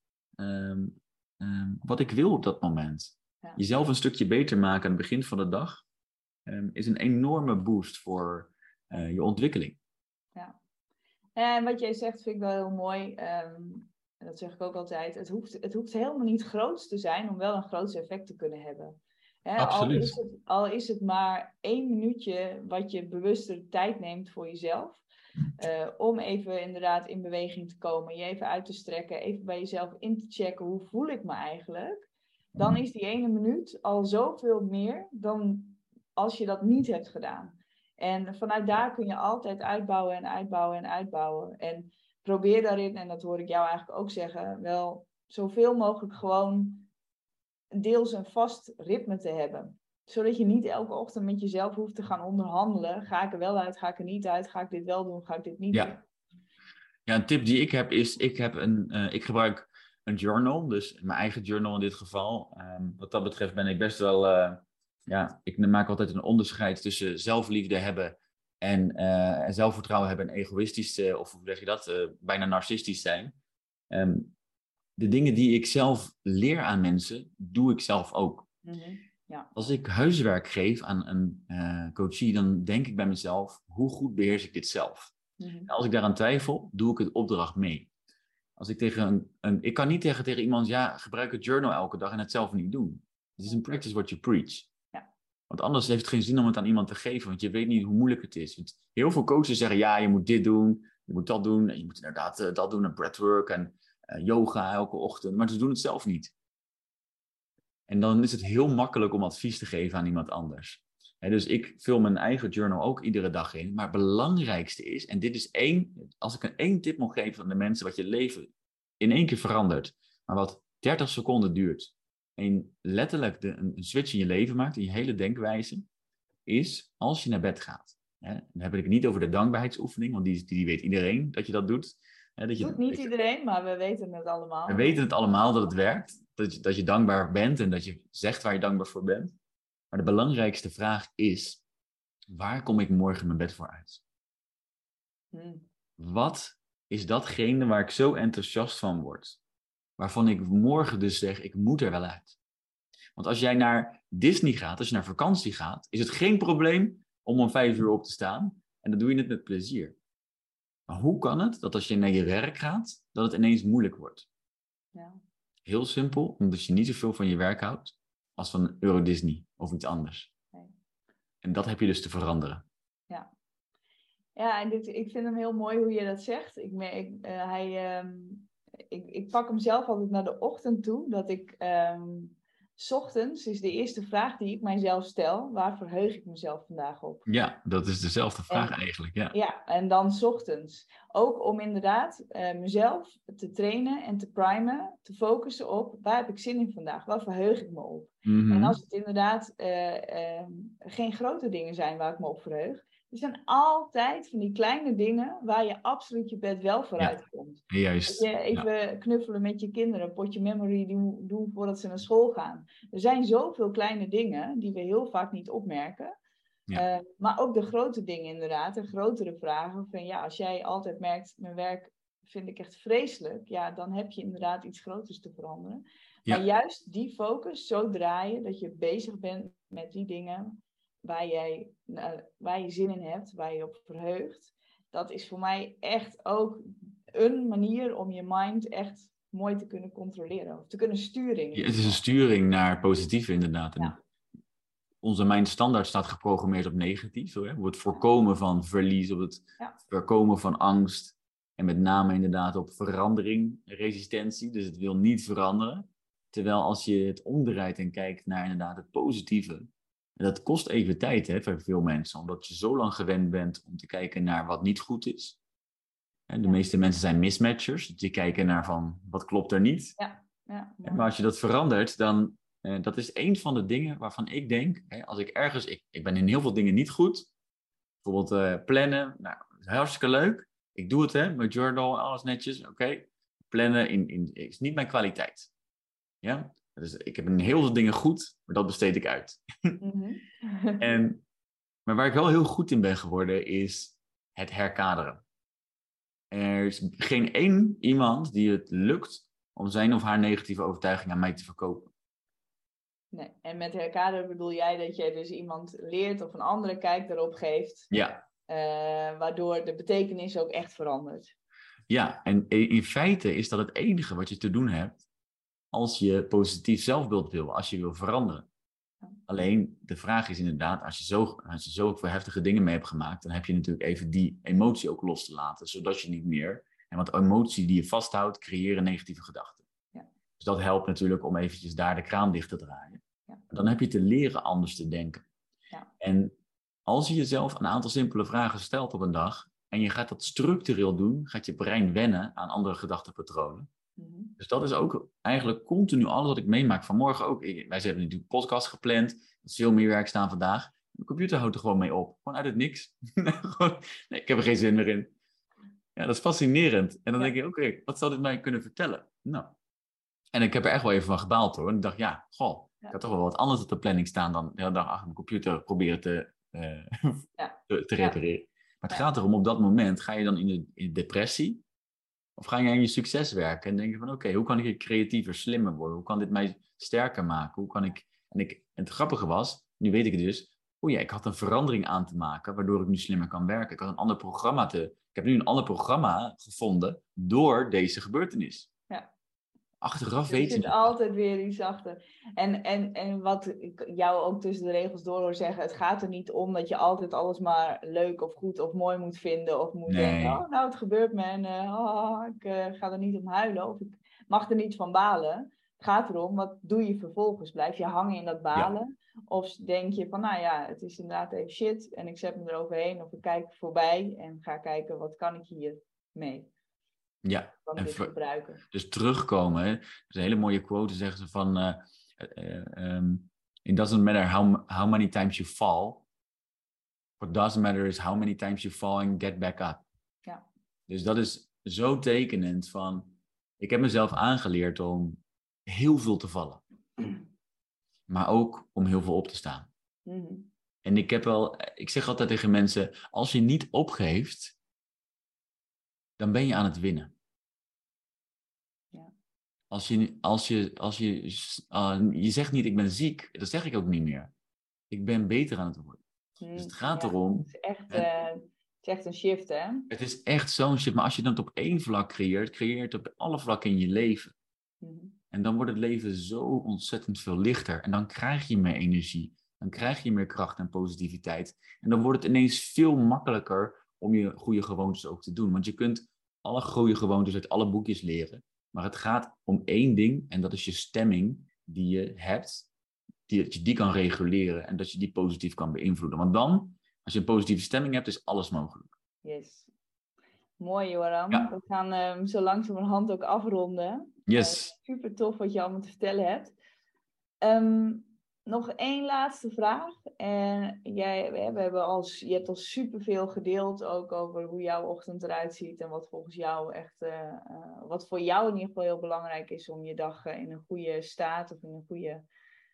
wat ik wil op dat moment. Ja. Jezelf een stukje beter maken aan het begin van de dag is een enorme boost voor je ontwikkeling. Ja. En wat jij zegt vind ik wel heel mooi. En dat zeg ik ook altijd. Het hoeft helemaal niet groots te zijn om wel een groot effect te kunnen hebben. Absoluut. Al is het maar 1 minuutje wat je bewuster tijd neemt voor jezelf. Om even inderdaad in beweging te komen. Je even uit te strekken. Even bij jezelf in te checken. Hoe voel ik me eigenlijk? Dan is die 1 minuut al zoveel meer dan als je dat niet hebt gedaan. En vanuit daar kun je altijd uitbouwen en uitbouwen en uitbouwen. En probeer daarin, en dat hoor ik jou eigenlijk ook zeggen, wel zoveel mogelijk gewoon deels een vast ritme te hebben. Zodat je niet elke ochtend met jezelf hoeft te gaan onderhandelen. Ga ik er wel uit, ga ik er niet uit, ga ik dit wel doen, ga ik dit niet doen. Ja, een tip die ik heb is, ik gebruik een journal, dus mijn eigen journal in dit geval. Wat dat betreft ben ik best wel, ik maak altijd een onderscheid tussen zelfliefde hebben en zelfvertrouwen hebben en egoïstisch, of hoe zeg je dat, bijna narcistisch zijn. De dingen die ik zelf leer aan mensen, doe ik zelf ook. Mm-hmm. Ja. Als ik huiswerk geef aan een coachie, dan denk ik bij mezelf, hoe goed beheers ik dit zelf? Mm-hmm. Als ik daaraan twijfel, doe ik het opdracht mee. Als ik ik kan niet tegen iemand, gebruik het journal elke dag en het zelf niet doen. Het is een practice what you preach. Ja. Want anders heeft het geen zin om het aan iemand te geven, want je weet niet hoe moeilijk het is. Want heel veel coaches zeggen, je moet dit doen, je moet dat doen, en je moet inderdaad dat doen, en breathwork en yoga elke ochtend, maar ze doen het zelf niet. En dan is het heel makkelijk om advies te geven aan iemand anders. Dus ik vul mijn eigen journal ook iedere dag in. Maar het belangrijkste is, en dit is als ik één tip mag geven aan de mensen, wat je leven in 1 keer verandert, maar wat 30 seconden duurt, en letterlijk een switch in je leven maakt, in je hele denkwijze, is als je naar bed gaat. Dan heb ik het niet over de dankbaarheidsoefening, want die weet iedereen dat je dat doet. Doet niet iedereen, maar we weten het allemaal. We weten het allemaal dat het werkt. Dat je dankbaar bent en dat je zegt waar je dankbaar voor bent. Maar de belangrijkste vraag is, waar kom ik morgen mijn bed voor uit? Wat is datgene waar ik zo enthousiast van word? Waarvan ik morgen dus zeg, ik moet er wel uit. Want als jij naar Disney gaat, als je naar vakantie gaat, is het geen probleem om 5 uur op te staan. En dan doe je het met plezier. Maar hoe kan het dat als je naar je werk gaat, dat het ineens moeilijk wordt? Ja. Heel simpel, omdat je niet zoveel van je werk houdt als van Euro Disney of iets anders. Nee. En dat heb je dus te veranderen. Ja, en ik vind hem heel mooi hoe je dat zegt. Ik pak hem zelf altijd naar de ochtend toe. Dat ik, 's ochtends is de eerste vraag die ik mijzelf stel. Waar verheug ik mezelf vandaag op? Ja, dat is dezelfde vraag En, eigenlijk, ja. ja, en dan 's ochtends. Ook om inderdaad mezelf te trainen en te primen. Te focussen op waar heb ik zin in vandaag? Waar verheug ik me op? En als het inderdaad geen grote dingen zijn waar ik me op verheug. Er zijn altijd van die kleine dingen waar je absoluut je bed wel vooruit komt. Juist. Dat je even knuffelen met je kinderen, een potje memory doen voordat ze naar school gaan. Er zijn zoveel kleine dingen die we heel vaak niet opmerken. Ja. Maar ook de grote dingen inderdaad, de grotere vragen. Van ja, als jij altijd merkt, mijn werk vind ik echt vreselijk. Ja, dan heb je inderdaad iets groters te veranderen. Ja. Maar juist die focus zo draaien dat je bezig bent met die dingen waar je zin in hebt, waar je op verheugt. Dat is voor mij echt ook een manier om je mind echt mooi te kunnen controleren. Of te kunnen sturen. Ja, het is een sturing naar positief inderdaad. Ja. Onze mind standaard staat geprogrammeerd op negatief. Op het voorkomen van verlies, op het voorkomen van angst. En met name inderdaad op verandering, resistentie. Dus het wil niet veranderen. Terwijl als je het omdraait en kijkt naar inderdaad het positieve. En dat kost even tijd voor veel mensen. Omdat je zo lang gewend bent om te kijken naar wat niet goed is. En de meeste mensen zijn mismatchers. Die kijken naar van wat klopt er niet. Ja, maar als je dat verandert, dan... dat is een van de dingen waarvan ik denk, als ik ergens... Ik ben in heel veel dingen niet goed. Bijvoorbeeld plannen. Nou, hartstikke leuk. Ik doe het, mijn journal, alles netjes. Oké. Plannen is niet mijn kwaliteit. Ja? Dus ik heb in heel veel dingen goed, maar dat besteed ik uit. Maar waar ik wel heel goed in ben geworden, is het herkaderen. Er is geen één iemand die het lukt om zijn of haar negatieve overtuiging aan mij te verkopen. Nee, en met herkaderen bedoel jij dat je dus iemand leert of een andere kijk erop geeft. Ja. Waardoor de betekenis ook echt verandert. Ja, en in feite is dat het enige wat je te doen hebt als je positief zelfbeeld wil, als je wil veranderen. Alleen, de vraag is inderdaad, als je zo veel heftige dingen mee hebt gemaakt, dan heb je natuurlijk even die emotie ook los te laten, zodat je niet meer... Want emotie die je vasthoudt, creëren negatieve gedachten. Ja. Dus dat helpt natuurlijk om eventjes daar de kraan dicht te draaien. Ja. Dan heb je te leren anders te denken. Ja. En als je jezelf een aantal simpele vragen stelt op een dag, en je gaat dat structureel doen, gaat je brein wennen aan andere gedachtenpatronen. Dus dat is ook eigenlijk continu alles wat ik meemaak. Vanmorgen ook. Wij hebben natuurlijk een podcast gepland. Er is veel meer werk staan vandaag. Mijn computer houdt er gewoon mee op. Gewoon uit het niks. Nee, ik heb er geen zin meer in. Ja, dat is fascinerend. En dan denk ik, oké, wat zou dit mij kunnen vertellen? Nou. En ik heb er echt wel even van gebaald hoor. En ik dacht, ik had toch wel wat anders op de planning staan dan de hele dag achter mijn computer proberen te repareren. Maar het gaat erom, op dat moment ga je dan in de depressie. Of ga je aan je succes werken en denken van oké, hoe kan ik creatiever, slimmer worden? Hoe kan dit mij sterker maken? Hoe kan ik... En het grappige was, nu weet ik het dus, ik had een verandering aan te maken, waardoor ik nu slimmer kan werken. Ik had een ander programma ik heb nu een ander programma gevonden door deze gebeurtenis. Ja. Achteraf weet je er zit altijd weer iets achter. En wat ik jou ook tussen de regels door hoor zeggen, het gaat er niet om dat je altijd alles maar leuk of goed of mooi moet vinden. Of moet denken, oh nou het gebeurt me en ik ga er niet om huilen. Of ik mag er niet van balen. Het gaat erom, wat doe je vervolgens? Blijf je hangen in dat balen? Ja. Of denk je van, nou ja, het is inderdaad even shit en ik zet me eroverheen. Of ik kijk voorbij en ga kijken, wat kan ik hier mee? Ja, kan ik dit gebruiken? Dus terugkomen. Hè? Dat is een hele mooie quote, zeggen ze van... it doesn't matter how many times you fall. What doesn't matter is how many times you fall and get back up. Ja. Dus dat is zo tekenend van... Ik heb mezelf aangeleerd om heel veel te vallen. Maar ook om heel veel op te staan. Mm-hmm. En ik zeg altijd tegen mensen... Als je niet opgeeft... Dan ben je aan het winnen. Je zegt niet ik ben ziek, dat zeg ik ook niet meer. Ik ben beter aan het worden. Dus het gaat erom... Het is echt een shift, hè? Het is echt zo'n shift. Maar als je dat op één vlak creëert het op alle vlakken in je leven. En dan wordt het leven zo ontzettend veel lichter. En dan krijg je meer energie. Dan krijg je meer kracht en positiviteit. En dan wordt het ineens veel makkelijker om je goede gewoontes ook te doen. Want je kunt alle goede gewoontes uit alle boekjes leren. Maar het gaat om één ding en dat is je stemming die je hebt. Dat je die kan reguleren en dat je die positief kan beïnvloeden. Want dan, als je een positieve stemming hebt, is alles mogelijk. Yes. Mooi, Joram. Ja. We gaan zo langzamerhand ook afronden. Yes. Super tof wat je allemaal te vertellen hebt. Nog één laatste vraag. Je hebt al superveel gedeeld ook over hoe jouw ochtend eruit ziet en wat volgens jou echt, wat voor jou in ieder geval heel belangrijk is om je dag in een goede staat of in een goede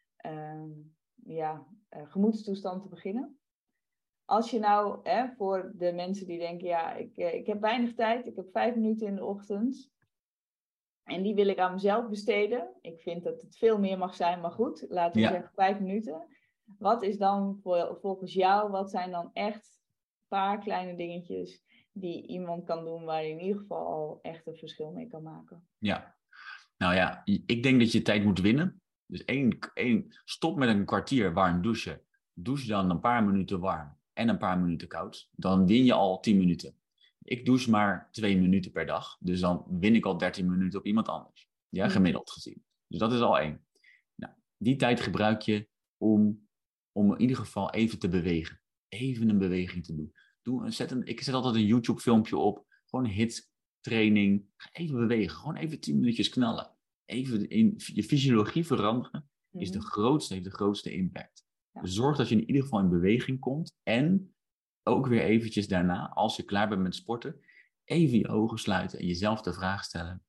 gemoedstoestand te beginnen. Als je nou, voor de mensen die denken, ja, ik heb weinig tijd, ik heb 5 minuten in de ochtend. En die wil ik aan mezelf besteden. Ik vind dat het veel meer mag zijn, maar goed, laten we zeggen 5 minuten. Wat is dan volgens jou, wat zijn dan echt een paar kleine dingetjes die iemand kan doen waar je in ieder geval al echt een verschil mee kan maken? Ja, nou ja, ik denk dat je tijd moet winnen. Dus stop met een kwartier warm douchen. Douche dan een paar minuten warm en een paar minuten koud. Dan win je al 10 minuten. Ik douche maar 2 minuten per dag. Dus dan win ik al 13 minuten op iemand anders. Ja, gemiddeld gezien. Dus dat is al 1. Nou, die tijd gebruik je om in ieder geval even te bewegen. Even een beweging te doen. Ik zet altijd een YouTube filmpje op. Gewoon HIIT training. Ga even bewegen. Gewoon even 10 minuutjes knallen. Even in je fysiologie veranderen heeft de grootste impact. Ja. Dus zorg dat je in ieder geval in beweging komt. En ook weer eventjes daarna, als je klaar bent met sporten, even je ogen sluiten en jezelf de vraag stellen: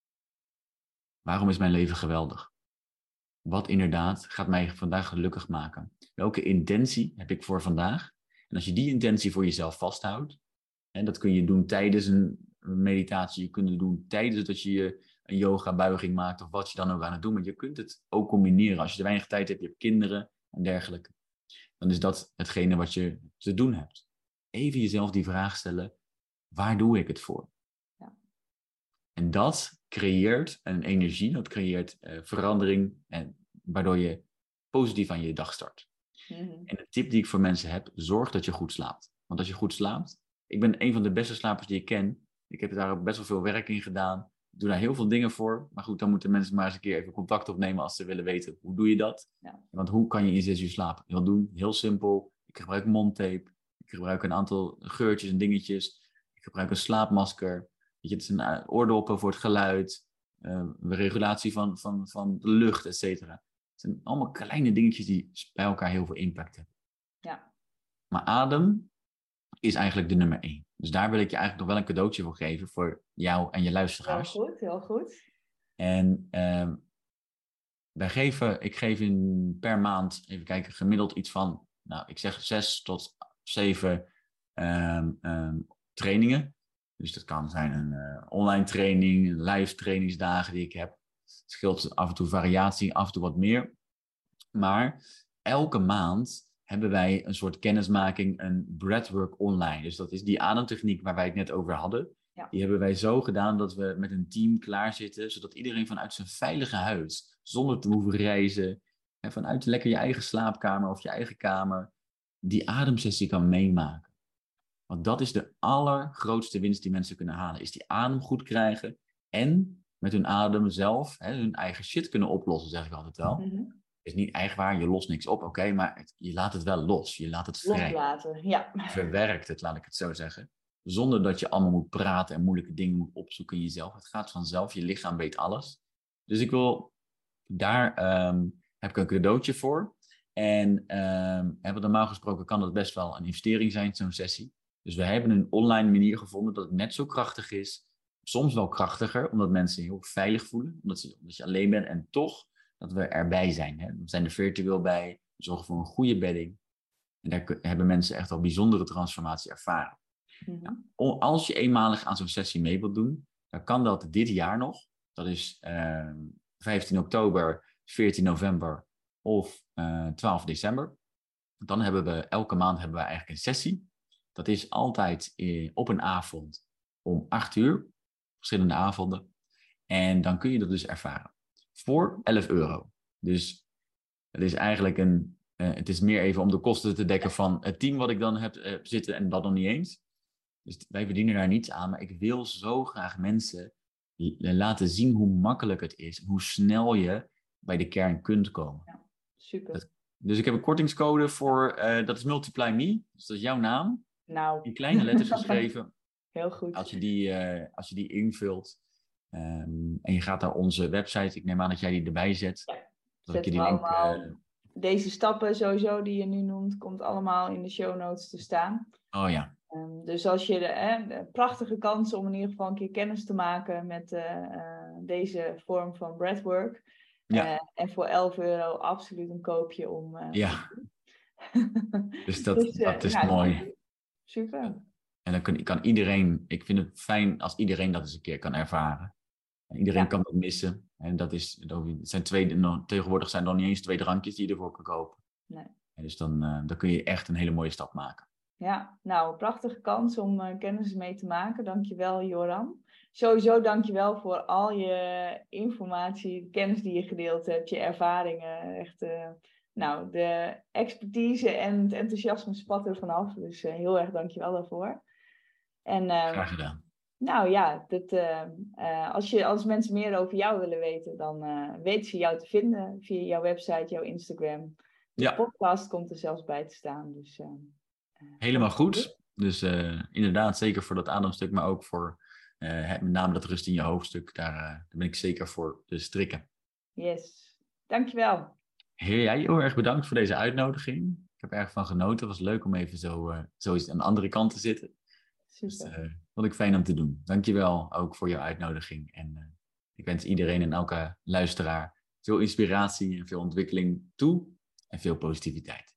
waarom is mijn leven geweldig? Wat inderdaad gaat mij vandaag gelukkig maken? Welke intentie heb ik voor vandaag? En als je die intentie voor jezelf vasthoudt, en dat kun je doen tijdens een meditatie, je kunt het doen tijdens dat je een yoga-buiging maakt of wat je dan ook aan het doen, maar je kunt het ook combineren. Als je te weinig tijd hebt, je hebt kinderen en dergelijke, dan is dat hetgene wat je te doen hebt. Even jezelf die vraag stellen: waar doe ik het voor? Ja. En dat creëert een energie, dat creëert verandering, waardoor je positief aan je dag start. En de tip die ik voor mensen heb: zorg dat je goed slaapt. Want als je goed slaapt, ik ben een van de beste slapers die ik ken. Ik heb daar ook best wel veel werk in gedaan. Ik doe daar heel veel dingen voor. Maar goed, dan moeten mensen maar eens een keer even contact opnemen als ze willen weten: hoe doe je dat? Ja. Want hoe kan je in 6 uur slapen? Heel doen, heel simpel. Ik gebruik mondtape. Ik gebruik een aantal geurtjes en dingetjes. Ik gebruik een slaapmasker. Weet je, het zijn oordoppen voor het geluid. Regulatie van de lucht, et cetera. Het zijn allemaal kleine dingetjes die bij elkaar heel veel impact hebben. Ja. Maar adem is eigenlijk de nummer 1. Dus daar wil ik je eigenlijk nog wel een cadeautje voor geven voor jou en je luisteraars. Heel goed, heel goed. En ik geef per maand, even kijken, gemiddeld iets van, nou, ik zeg 6 tot 7 trainingen. Dus dat kan zijn een online training, live trainingsdagen die ik heb. Het scheelt af en toe variatie, af en toe wat meer. Maar elke maand hebben wij een soort kennismaking, een breathwork online. Dus dat is die ademtechniek waar wij het net over hadden. Ja. Die hebben wij zo gedaan dat we met een team klaarzitten, zodat iedereen vanuit zijn veilige huis, zonder te hoeven reizen, en vanuit lekker je eigen slaapkamer of je eigen kamer, die ademsessie kan meemaken. Want dat is de allergrootste winst die mensen kunnen halen, is die adem goed krijgen en met hun adem zelf hun eigen shit kunnen oplossen, zeg ik altijd wel. Mm-hmm. Is niet echt waar, je lost niks op, oké, maar je laat het wel los. Je laat het vrij. Loslaten, ja. Je verwerkt het, laat ik het zo zeggen. Zonder dat je allemaal moet praten en moeilijke dingen moet opzoeken in jezelf. Het gaat vanzelf, je lichaam weet alles. Dus daar heb ik een cadeautje voor. En normaal gesproken kan dat best wel een investering zijn, zo'n sessie. Dus we hebben een online manier gevonden dat het net zo krachtig is. Soms wel krachtiger, omdat mensen heel veilig voelen. Omdat je alleen bent en toch dat we erbij zijn. Hè? We zijn er virtueel bij, we zorgen voor een goede bedding. En daar hebben mensen echt al bijzondere transformatie ervaren. Mm-hmm. Nou, als je eenmalig aan zo'n sessie mee wilt doen, dan kan dat dit jaar nog. Dat is 15 oktober, 14 november of 12 december. Dan hebben we elke maand eigenlijk een sessie. Dat is altijd op een avond om 8 uur. Verschillende avonden. En dan kun je dat dus ervaren. Voor €11. Dus het is eigenlijk een Het is meer even om de kosten te dekken van het team wat ik dan heb zitten en dat nog niet eens. Dus wij verdienen daar niets aan, maar ik wil zo graag mensen laten zien hoe makkelijk het is, hoe snel je bij de kern kunt komen. Ja, super. Dus ik heb een kortingscode voor, dat is Multiply Me, dus dat is jouw naam. Nou. In kleine letters geschreven. Heel goed. Als je die invult en je gaat naar onze website, ik neem aan dat jij die erbij zet. Ja, dat ik je die link... Deze stappen sowieso die je nu noemt, komt allemaal in de show notes te staan. Oh ja. Dus als je de prachtige kans om in ieder geval een keer kennis te maken met deze vorm van breathwork. Ja. En voor €11 absoluut een koopje om... ja. Dus dat is mooi. Super. En dan kan iedereen, ik vind het fijn als iedereen dat eens een keer kan ervaren. En iedereen kan dat missen. En tegenwoordig zijn er nog niet eens 2 drankjes die je ervoor kan kopen. Nee. En dus dan kun je echt een hele mooie stap maken. Ja, nou, een prachtige kans om kennis mee te maken. Dankjewel, Joran. Sowieso dankjewel voor al je informatie, kennis die je gedeeld hebt, je ervaringen. Echt, de expertise en het enthousiasme spat er vanaf. Dus heel erg dankjewel daarvoor. En, graag gedaan. Nou ja, als mensen meer over jou willen weten, dan weten ze jou te vinden via jouw website, jouw Instagram. De podcast komt er zelfs bij te staan. Dus, helemaal goed. Dus inderdaad, zeker voor dat ademstuk, maar ook voor met name dat rust in je hoofdstuk. Daar ben ik zeker voor te strikken. Yes, dankjewel. Jij heel erg bedankt voor deze uitnodiging. Ik heb erg van genoten. Het was leuk om even zo eens aan de andere kant te zitten. Super. Dus vond ik fijn om te doen. Dankjewel ook voor jouw uitnodiging. En ik wens iedereen en elke luisteraar veel inspiratie en veel ontwikkeling toe. En veel positiviteit.